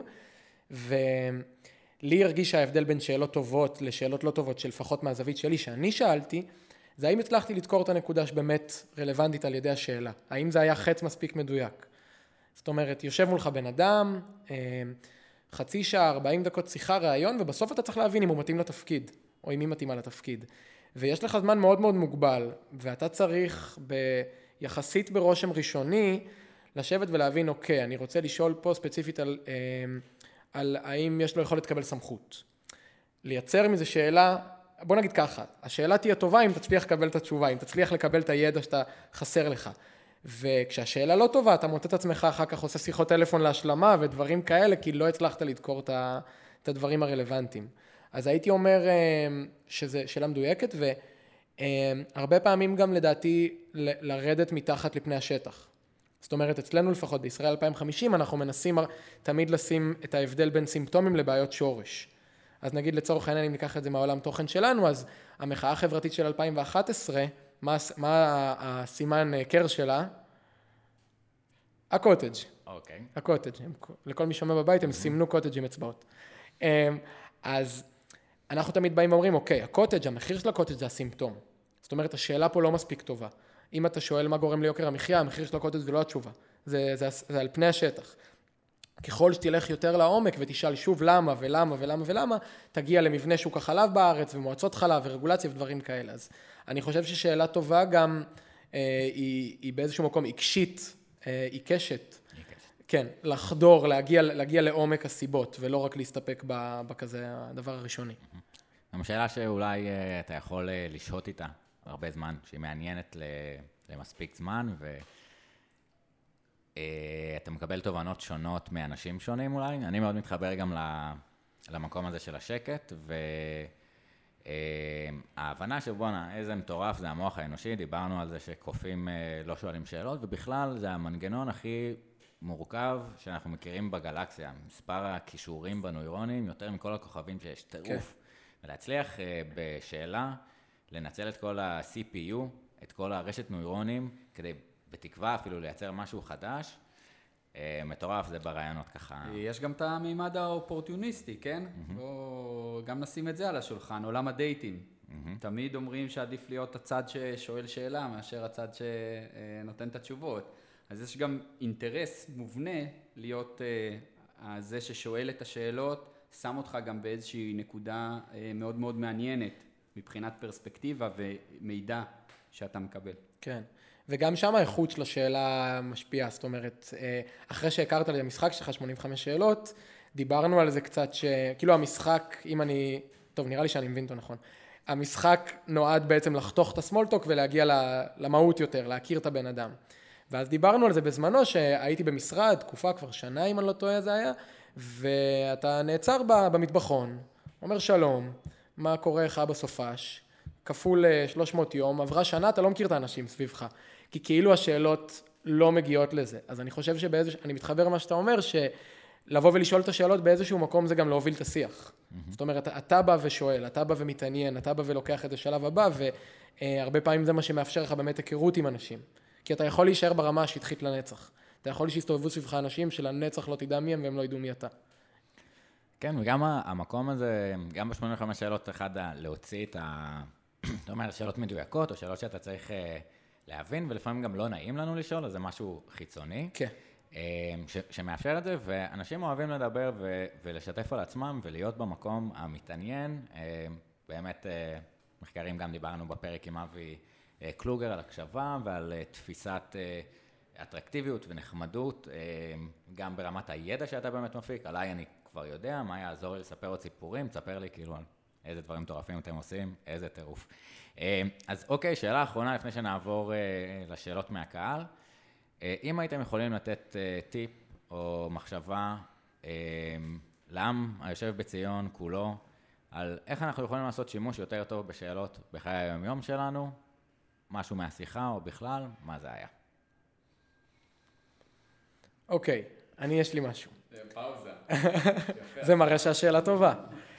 ולי הרגיש ההבדל בין שאלות טובות לשאלות לא טובות, שלפחות מהזווית שלי, שאני שאלתי, זה האם הצלחתי לדקור את הנקודה שבאמת רלוונטית על ידי השאלה. האם זה היה חץ מספיק מדויק. זאת אומרת, יושב מולך בן אדם, חצי שעה, ארבעים דקות שיחה, ראיון, ובסוף אתה צריך להבין אם הוא מתאים לתפקיד, או אם היא מתאימה לתפקיד. ויש לך זמן מאוד מאוד מוגבל, ואתה צריך ביחסית ברושם ראשוני, לשבת ולהבין, אוקיי, אני רוצה לשאול פה ספציפית על, על האם יש לו יכולת לקבל סמכות. לייצר מזה שאלה, בוא נגיד ככה, השאלה תהיה טובה אם תצליח לקבל את התשובה, אם תצליח לקבל את הידע שאתה חסר לך. וכשהשאלה לא טובה, אתה מוצא את עצמך אחר כך עושה שיחות טלפון להשלמה ודברים כאלה, כי לא הצלחת לדקור את הדברים הרלוונטיים. אז הייתי אומר שזה שאלה מדויקת, והרבה פעמים גם לדעתי לרדת מתחת לפני השטח. זאת אומרת, אצלנו לפחות בישראל אלפיים וחמישים, אנחנו מנסים תמיד לשים את ההבדל בין סימפטומים לבעיות שורש. אז נגיד לצורך העניין, אם ניקח את זה מהעולם תוכן שלנו, אז המחאה החברתית של אלפיים ואחת עשרה, מה, מה הסימן קר שלה? הקוטג'. אוקיי. הקוטג'. לכל מי שומע בבית, הם סימנו קוטג' עם אצבעות. אז אנחנו תמיד באים ואומרים, אוקיי, הקוטג', המחיר של הקוטג' זה הסימפטום. זאת אומרת, השאלה פה לא מספיק טובה. אם אתה שואל מה גורם ליוקר המחיה, המחיר של הקוטג' זה לא התשובה. זה, זה, זה על פני השטח. ככל שתלך יותר לעומק ותשאל שוב למה ולמה ולמה ולמה, תגיע למבנה שוק החלב בארץ ומועצות חלב ורגולציה ודברים כאלה. אז אני חושב ששאלה טובה גם אה, היא, היא באיזשהו מקום עיקשית, אה, עיקשת. כן, לחדור, להגיע, להגיע לעומק הסיבות, ולא רק להסתפק בכזה הדבר הראשוני. גם שאלה שאולי uh, אתה יכול uh, לשהות איתה הרבה זמן, שהיא מעניינת למספיק זמן, ואתה uh, מקבל תובנות שונות מאנשים שונים אולי. אני מאוד מתחבר גם למקום הזה של השקט, וההבנה של בואנה, איזה מטורף זה המוח האנושי, דיברנו על זה שקופים uh, לא שואלים שאלות, ובכלל זה המנגנון הכי מורכב שאנחנו מכירים בגלקסיה. מספר הכישורים בנוירונים יותר מכל הכוכבים שיש, טירוף. ולהצליח uh, בשאלה, לנצל את כל ה-סי פי יו, את כל הרשת נוירונים, כדי בתקווה אפילו לייצר משהו חדש, uh, מטורף זה ברעיונות ככה. יש גם את המימד האופורטוניסטי, כן? Mm-hmm. בוא גם נשים את זה על השולחן, עולם הדייטים. Mm-hmm. תמיד אומרים שעדיף להיות הצד ששואל שאלה, מאשר הצד שנותן את התשובות. אז יש גם אינטרס מובנה להיות uh, זה ששואל את השאלות, שם אותך גם באיזושהי נקודה uh, מאוד מאוד מעניינת, מבחינת פרספקטיבה ומידע שאתה מקבל. כן, וגם שם האיכות של השאלה משפיעה, זאת אומרת, אחרי שהכרת לי המשחק שלך שמונים וחמש שאלות, דיברנו על זה קצת שכאילו המשחק, אם אני, טוב נראה לי שאני מבין אותו נכון, המשחק נועד בעצם לחתוך את הסמולטוק ולהגיע למהות יותר, להכיר את הבן אדם. ואז דיברנו על זה בזמנו שהייתי במשרד, תקופה כבר שנה אם אני לא טועה זה היה, ואתה נעצר במטבחון, אומר שלום, מה קורה לך בסופש, כפול שלוש מאות יום, עברה שנה, אתה לא מכיר את האנשים סביבך, כי כאילו השאלות לא מגיעות לזה. אז אני חושב שבאיזשהו, אני מתחבר למה שאתה אומר, שלבוא ולשאול את השאלות באיזשהו מקום זה גם להוביל את השיח. Mm-hmm. זאת אומרת, אתה בא ושואל, אתה בא ומתעניין, אתה בא ולוקח את השלב הבא, והרבה פעמים זה מה שמאפשר לך באמת היכרות עם אנשים. כי אתה יכול להישאר ברמה השטחית לנצח. אתה יכול שיסתובבו סביבך אנשים שלנצח לא תדע מי הם והם לא ידעו מי אתה. כן, וגם המקום הזה, גם ב-שמונים וחמש שאלות אחד להוציא את ה... זאת אומרת, שאלות מדויקות או שאלות שאתה צריך להבין, ולפעמים גם לא נעים לנו לשאול, אז זה משהו חיצוני. כן. ש- שמאפשר את זה, ואנשים אוהבים לדבר ו- ולשתף על עצמם ולהיות במקום המתעניין. באמת, מחקרים גם דיברנו בפרק עם אבי קלוגר על הקשבה ועל תפיסת אטרקטיביות ונחמדות, גם ברמת הידע שאתה באמת מפיק. עליי אני כבר יודע מה יעזור לי לספר עוד סיפורים, תספר לי כאילו על איזה דברים מטורפים אתם עושים, איזה טירוף. אז אוקיי, שאלה אחרונה לפני שנעבור לשאלות מהקהל. אם הייתם יכולים לתת טיפ או מחשבה לעם היושב בציון כולו, על איך אנחנו יכולים לעשות שימוש יותר טוב בשאלות בחיי היום-יום שלנו, משהו מהשיחה או בכלל, מה זה היה? אוקיי, אני יש לי משהו. זה פאוזה. זה מראה שהשאלה טובה.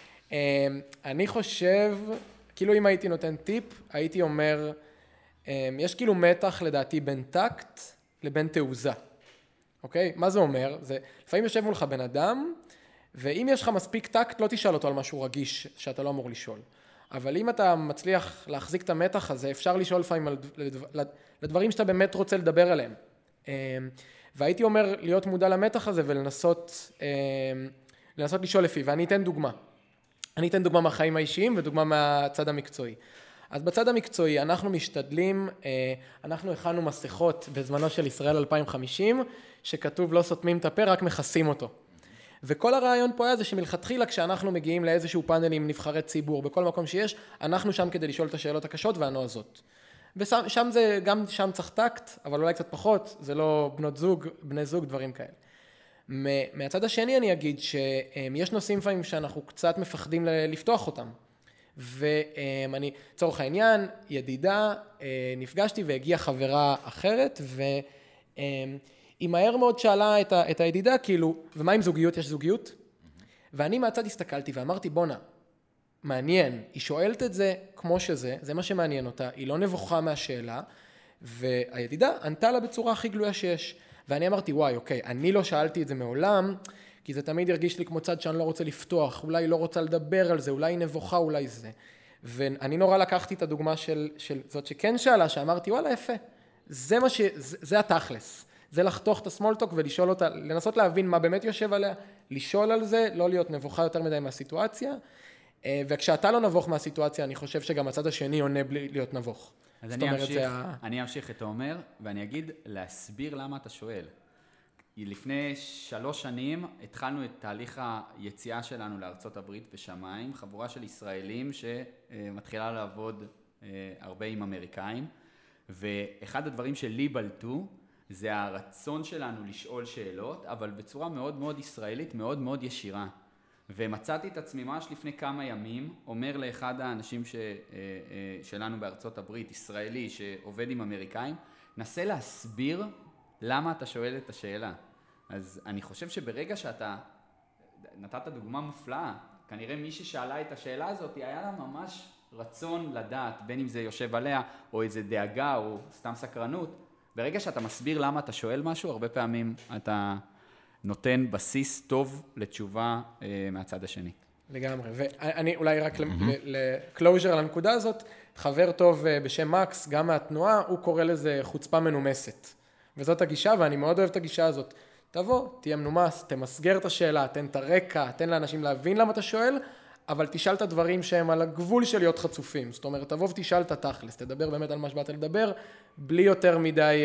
אני חושב, כאילו אם הייתי נותן טיפ, הייתי אומר, יש כאילו מתח לדעתי בין טקט לבין תעוזה. אוקיי? מה זה אומר? זה, לפעמים יושב מולך בן אדם, ואם יש לך מספיק טקט, לא תשאל אותו על משהו רגיש שאתה לא אמור לשאול. אבל אם אתה מצליח להחזיק את המתח הזה, אפשר לשאול לפעמים על לדברים שאתה באמת רוצה לדבר עליהם. והייתי אומר להיות מודע למתח הזה ולנסות לנסות לשאול לפי, ואני אתן דוגמה. אני אתן דוגמה מהחיים האישיים ודוגמה מהצד המקצועי. אז בצד המקצועי אנחנו משתדלים, אנחנו הכנו מסכות בזמנו של ישראל אלפיים וחמישים, שכתוב לא סותמים את הפה, רק מכסים אותו. וכל הרעיון פה היה זה שמלכתחילה כשאנחנו מגיעים לאיזשהו פאנל עם נבחרי ציבור, בכל מקום שיש, אנחנו שם כדי לשאול את השאלות הקשות והנועזות. ושם זה, גם שם צריך טקט, אבל אולי קצת פחות, זה לא בנות זוג, בני זוג, דברים כאלה. מהצד השני אני אגיד שיש נושאים לפעמים שאנחנו קצת מפחדים לפתוח אותם. ואני, צורך העניין, ידידה, נפגשתי והגיעה חברה אחרת, והיא מהר מאוד שאלה את הידידה, כאילו, ומה עם זוגיות? יש זוגיות? ואני מהצד הסתכלתי ואמרתי, בונה, מעניין, היא שואלת את זה כמו שזה, זה מה שמעניין אותה, היא לא נבוכה מהשאלה, והידידה ענתה לה בצורה הכי גלויה שיש. ואני אמרתי, וואי, אוקיי, אני לא שאלתי את זה מעולם, כי זה תמיד הרגיש לי כמו צד שאני לא רוצה לפתוח, אולי לא רוצה לדבר על זה, אולי נבוכה, אולי זה. ואני נורא לקחתי את הדוגמה של, של זאת שכן שאלה, שאמרתי, וואלה, יפה. זה מה ש... זה, זה התכלס. זה לחתוך את הסמולטוק ולשאול אותה, לנסות להבין מה באמת יושב עליה, לשאול על זה, לא להיות נבוכה יותר מדי מהסיטואציה. וכשאתה לא נבוך מהסיטואציה, אני חושב שגם הצד השני עונה בלי להיות נבוך. אז אני אמשיך, אני אמשיך את אומר, ואני אגיד להסביר למה אתה שואל. לפני שלוש שנים התחלנו את תהליך היציאה שלנו לארצות הברית ושמיים, חבורה של ישראלים שמתחילה לעבוד הרבה עם אמריקאים, ואחד הדברים שלי בלטו זה הרצון שלנו לשאול שאלות, אבל בצורה מאוד מאוד ישראלית, מאוד מאוד ישירה. ומצאתי את עצמי ממש לפני כמה ימים, אומר לאחד האנשים ש, שלנו בארצות הברית, ישראלי שעובד עם אמריקאים, נסה להסביר למה אתה שואל את השאלה. אז אני חושב שברגע שאתה נתת דוגמה מופלאה, כנראה מי ששאלה את השאלה הזאת, היה לה ממש רצון לדעת, בין אם זה יושב עליה, או איזה דאגה, או סתם סקרנות. ברגע שאתה מסביר למה אתה שואל משהו, הרבה פעמים אתה נותן בסיס טוב לתשובה אה, מהצד השני. לגמרי, ואני אולי רק לקלוז'ר על הנקודה הזאת, חבר טוב בשם מקס, גם מהתנועה, הוא קורא לזה חוצפה מנומסת. וזאת הגישה, ואני מאוד אוהב את הגישה הזאת. תבוא, תהיה מנומס, תמסגר את השאלה, תן את הרקע, תן לאנשים להבין למה אתה שואל, אבל תשאל את הדברים שהם על הגבול של להיות חצופים. זאת אומרת, תבוא ותשאל את התכלס, תדבר באמת על מה שבאת לדבר, בלי יותר מדי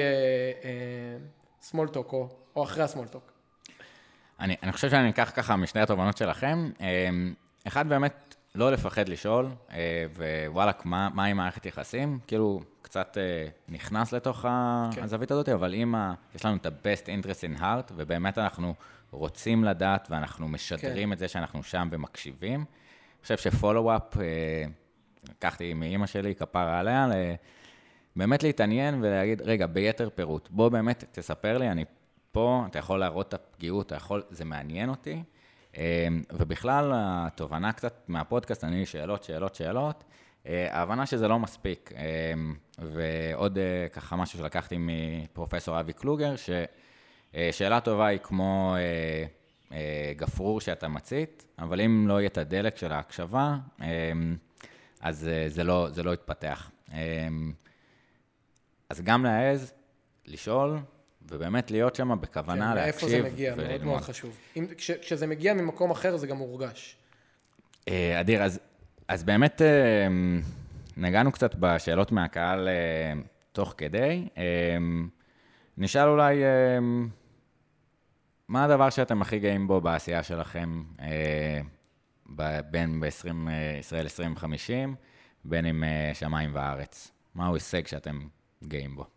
סמולטוק, או, או אחרי הסמולטוק. אני, אני חושב שאני אקח ככה משני התובנות שלכם. אחד באמת, לא לפחד לשאול, ווואלק, מה, מה עם מערכת יחסים? כאילו, קצת נכנס לתוך כן. הזווית הזאת, אבל אם יש לנו את ה-best interest in heart, ובאמת אנחנו רוצים לדעת, ואנחנו משדרים כן. את זה שאנחנו שם ומקשיבים. אני חושב שפולו-אפ, לקחתי מאמא שלי, כפרה עליה, באמת להתעניין ולהגיד, רגע, ביתר פירוט, בוא באמת תספר לי, אני פה, אתה יכול להראות את הפגיעות, אתה יכול, זה מעניין אותי, ובכלל התובנה קצת מהפודקאסט, אני שאלות, שאלות, שאלות, ההבנה שזה לא מספיק, ועוד ככה משהו שלקחתי מפרופסור אבי קלוגר, ששאלה טובה היא כמו גפרור שאתה מצית, אבל אם לא יהיה את הדלק של ההקשבה, אז זה לא, זה לא יתפתח. אז גם להעז, לשאול, ובאמת להיות שם בכוונה כן, להקשיב. מאיפה זה מגיע, מאוד מאוד חשוב. אם, כש, כשזה מגיע ממקום אחר, זה גם מורגש. אדיר, אז, אז באמת נגענו קצת בשאלות מהקהל תוך כדי. נשאל אולי, מה הדבר שאתם הכי גאים בו בעשייה שלכם, בין ב-עשרים, ישראל עשרים חמישים, בין עם שמיים וארץ? מהו הישג שאתם גאים בו?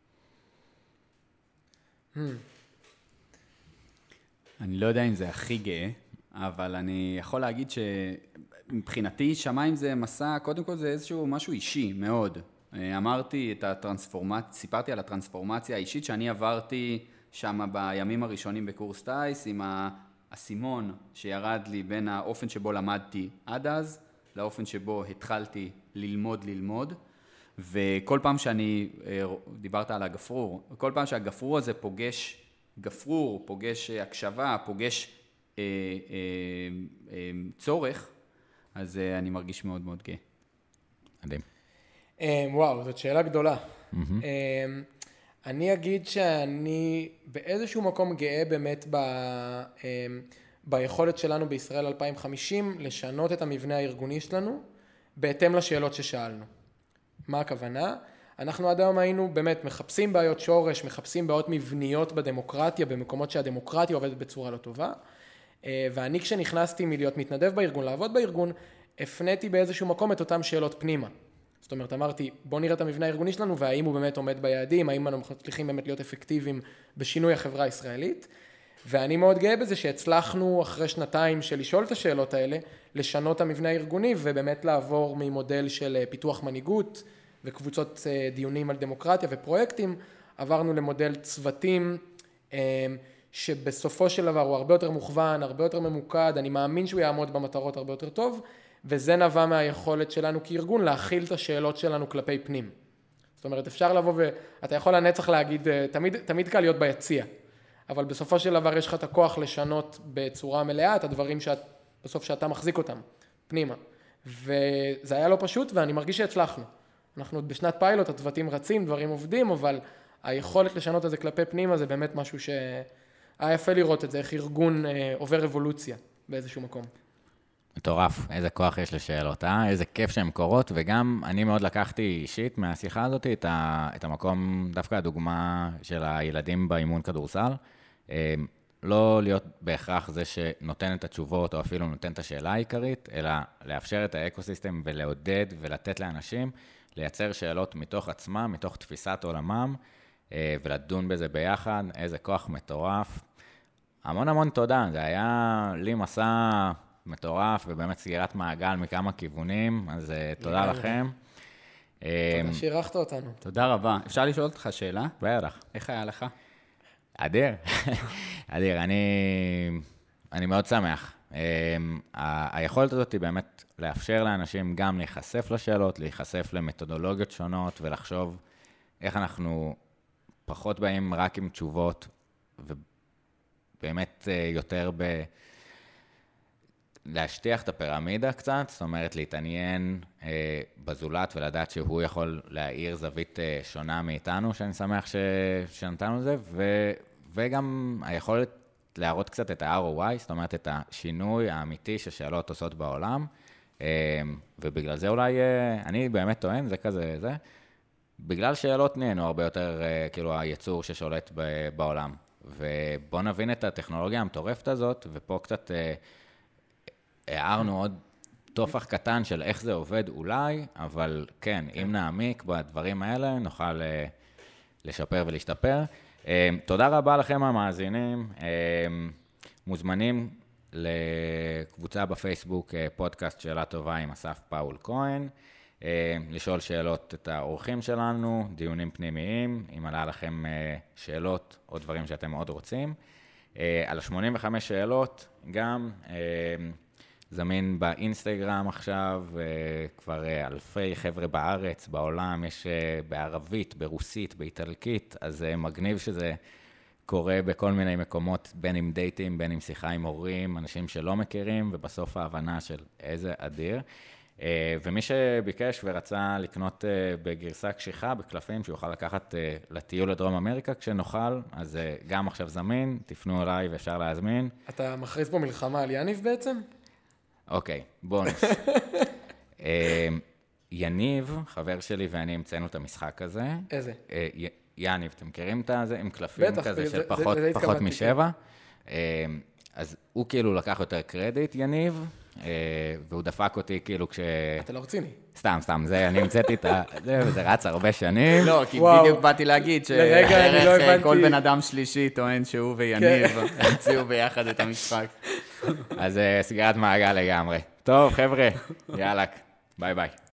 אני לא יודע אם זה הכי גאה, אבל אני יכול להגיד שמבחינתי שמיים זה מסע, קודם כל זה איזשהו משהו אישי מאוד. אמרתי את הטרנספורמציה, סיפרתי על הטרנספורמציה האישית שאני עברתי שם בימים הראשונים בקורס טייס, עם האסימון שירד לי בין האופן שבו למדתי עד אז, לאופן שבו התחלתי ללמוד ללמוד, וכל פעם שאני, דיברת על הגפרור, כל פעם שהגפרור הזה פוגש גפרור, פוגש הקשבה, פוגש אה, אה, אה, צורך, אז אה, אני מרגיש מאוד מאוד גאה. מדהים. וואו, זאת שאלה גדולה. אני אגיד שאני באיזשהו מקום גאה באמת ב, ביכולת שלנו בישראל אלפיים וחמישים לשנות את המבנה הארגוני שלנו בהתאם לשאלות ששאלנו. מה הכוונה? אנחנו עד היום היינו באמת מחפשים בעיות שורש, מחפשים בעיות מבניות בדמוקרטיה, במקומות שהדמוקרטיה עובדת בצורה לא טובה. ואני כשנכנסתי מלהיות מתנדב בארגון, לעבוד בארגון, הפניתי באיזשהו מקום את אותם שאלות פנימה. זאת אומרת, אמרתי, בוא נראה את המבנה הארגוני שלנו, והאם הוא באמת עומד ביעדים, האם אנחנו מצליחים באמת להיות אפקטיביים בשינוי החברה הישראלית. ואני מאוד גאה בזה שהצלחנו אחרי שנתיים של לשאול את השאלות האלה, לשנות את המבנה הארגוני, ובאמת לעבור ממודל של פיתוח מנהיגות, וקבוצות דיונים על דמוקרטיה ופרויקטים, עברנו למודל צוותים, שבסופו של דבר הוא הרבה יותר מוכוון, הרבה יותר ממוקד, אני מאמין שהוא יעמוד במטרות הרבה יותר טוב, וזה נבע מהיכולת שלנו כארגון להכיל את השאלות שלנו כלפי פנים. זאת אומרת, אפשר לבוא ואתה יכול לנצח להגיד, תמיד, תמיד קל להיות ביציע, אבל בסופו של דבר יש לך את הכוח לשנות בצורה מלאה את הדברים שאת, בסוף שאתה מחזיק אותם, פנימה. וזה היה לא פשוט, ואני מרגיש שהצלחנו. אנחנו עוד בשנת פיילוט, הצוותים רצים, דברים עובדים, אבל היכולת לשנות את זה כלפי פנימה זה באמת משהו שהיה יפה לראות את זה, איך ארגון עובר אבולוציה באיזשהו מקום. מטורף, איזה כוח יש לשאלות, אה? איזה כיף שהן קורות, וגם אני מאוד לקחתי אישית מהשיחה הזאת את, ה, את המקום, דווקא הדוגמה של הילדים באימון כדורסל, לא להיות בהכרח זה שנותן את התשובות, או אפילו נותן את השאלה העיקרית, אלא לאפשר את האקוסיסטם ולעודד ולתת לאנשים, לייצר שאלות מתוך עצמם, מתוך תפיסת עולמם, ולדון בזה ביחד, איזה כוח מטורף. המון המון תודה, זה היה לי מסע מטורף, ובאמת סגירת מעגל מכמה כיוונים, אז תודה לכם. תודה שהירחת אותנו. תודה רבה. אפשר לשאול אותך שאלה? בטח. איך היה לך? אדיר, אדיר, אני, אני מאוד שמח. היכולת הזאת היא באמת לאפשר לאנשים גם להיחשף לשאלות, להיחשף למתודולוגיות שונות, ולחשוב איך אנחנו פחות באים רק עם תשובות, ובאמת יותר ב... להשטיח את הפירמידה קצת, זאת אומרת להתעניין אה, בזולת ולדעת שהוא יכול להאיר זווית אה, שונה מאיתנו, שאני שמח ש... שנתנו את זה, ו... וגם היכולת להראות קצת את ה-אר או וואי, זאת אומרת את השינוי האמיתי ששאלות עושות בעולם, אה, ובגלל זה אולי, אה, אני באמת טוען, זה כזה, זה, בגלל שאלות נהיינו הרבה יותר, אה, כאילו היצור ששולט ב... בעולם, ובוא נבין את הטכנולוגיה המטורפת הזאת, ופה קצת... אה, הערנו עוד תופח קטן של איך זה עובד אולי, אבל כן, אם נעמיק בדברים האלה, נוכל לשפר ולהשתפר. תודה רבה לכם המאזינים. מוזמנים לקבוצה בפייסבוק, פודקאסט שאלה טובה עם אסף פאול כהן, לשאול שאלות את האורחים שלנו, דיונים פנימיים, אם עלה לכם שאלות או דברים שאתם מאוד רוצים. על שמונים וחמש שאלות גם... זמין באינסטגרם עכשיו, כבר אלפי חבר'ה בארץ, בעולם, יש בערבית, ברוסית, באיטלקית, אז מגניב שזה קורה בכל מיני מקומות, בין עם דייטים, בין עם שיחה עם הורים, אנשים שלא מכירים, ובסוף ההבנה של איזה אדיר. ומי שביקש ורצה לקנות בגרסה קשיחה, בקלפים, שיוכל לקחת לטיול לדרום אמריקה כשנוכל, אז גם עכשיו זמין, תפנו אליי ואפשר להזמין. אתה מכריז פה מלחמה על יניב בעצם? אוקיי, בונוס. יניב, חבר שלי ואני המצאנו את המשחק הזה. איזה? יניב, אתם מכירים את זה? עם קלפים כזה של פחות משבע. אז הוא כאילו לקח יותר קרדיט, יניב, והוא דפק אותי כאילו כש... אתה לא רציני. סתם, סתם, זה, אני המצאתי את זה, וזה רץ הרבה שנים. לא, כי בדיוק באתי להגיד שערך כל בן אדם שלישי טוען שהוא ויניב המציאו ביחד את המשחק. אז סגירת מעגל לגמרי. טוב, חבר'ה, יאללה, ביי ביי.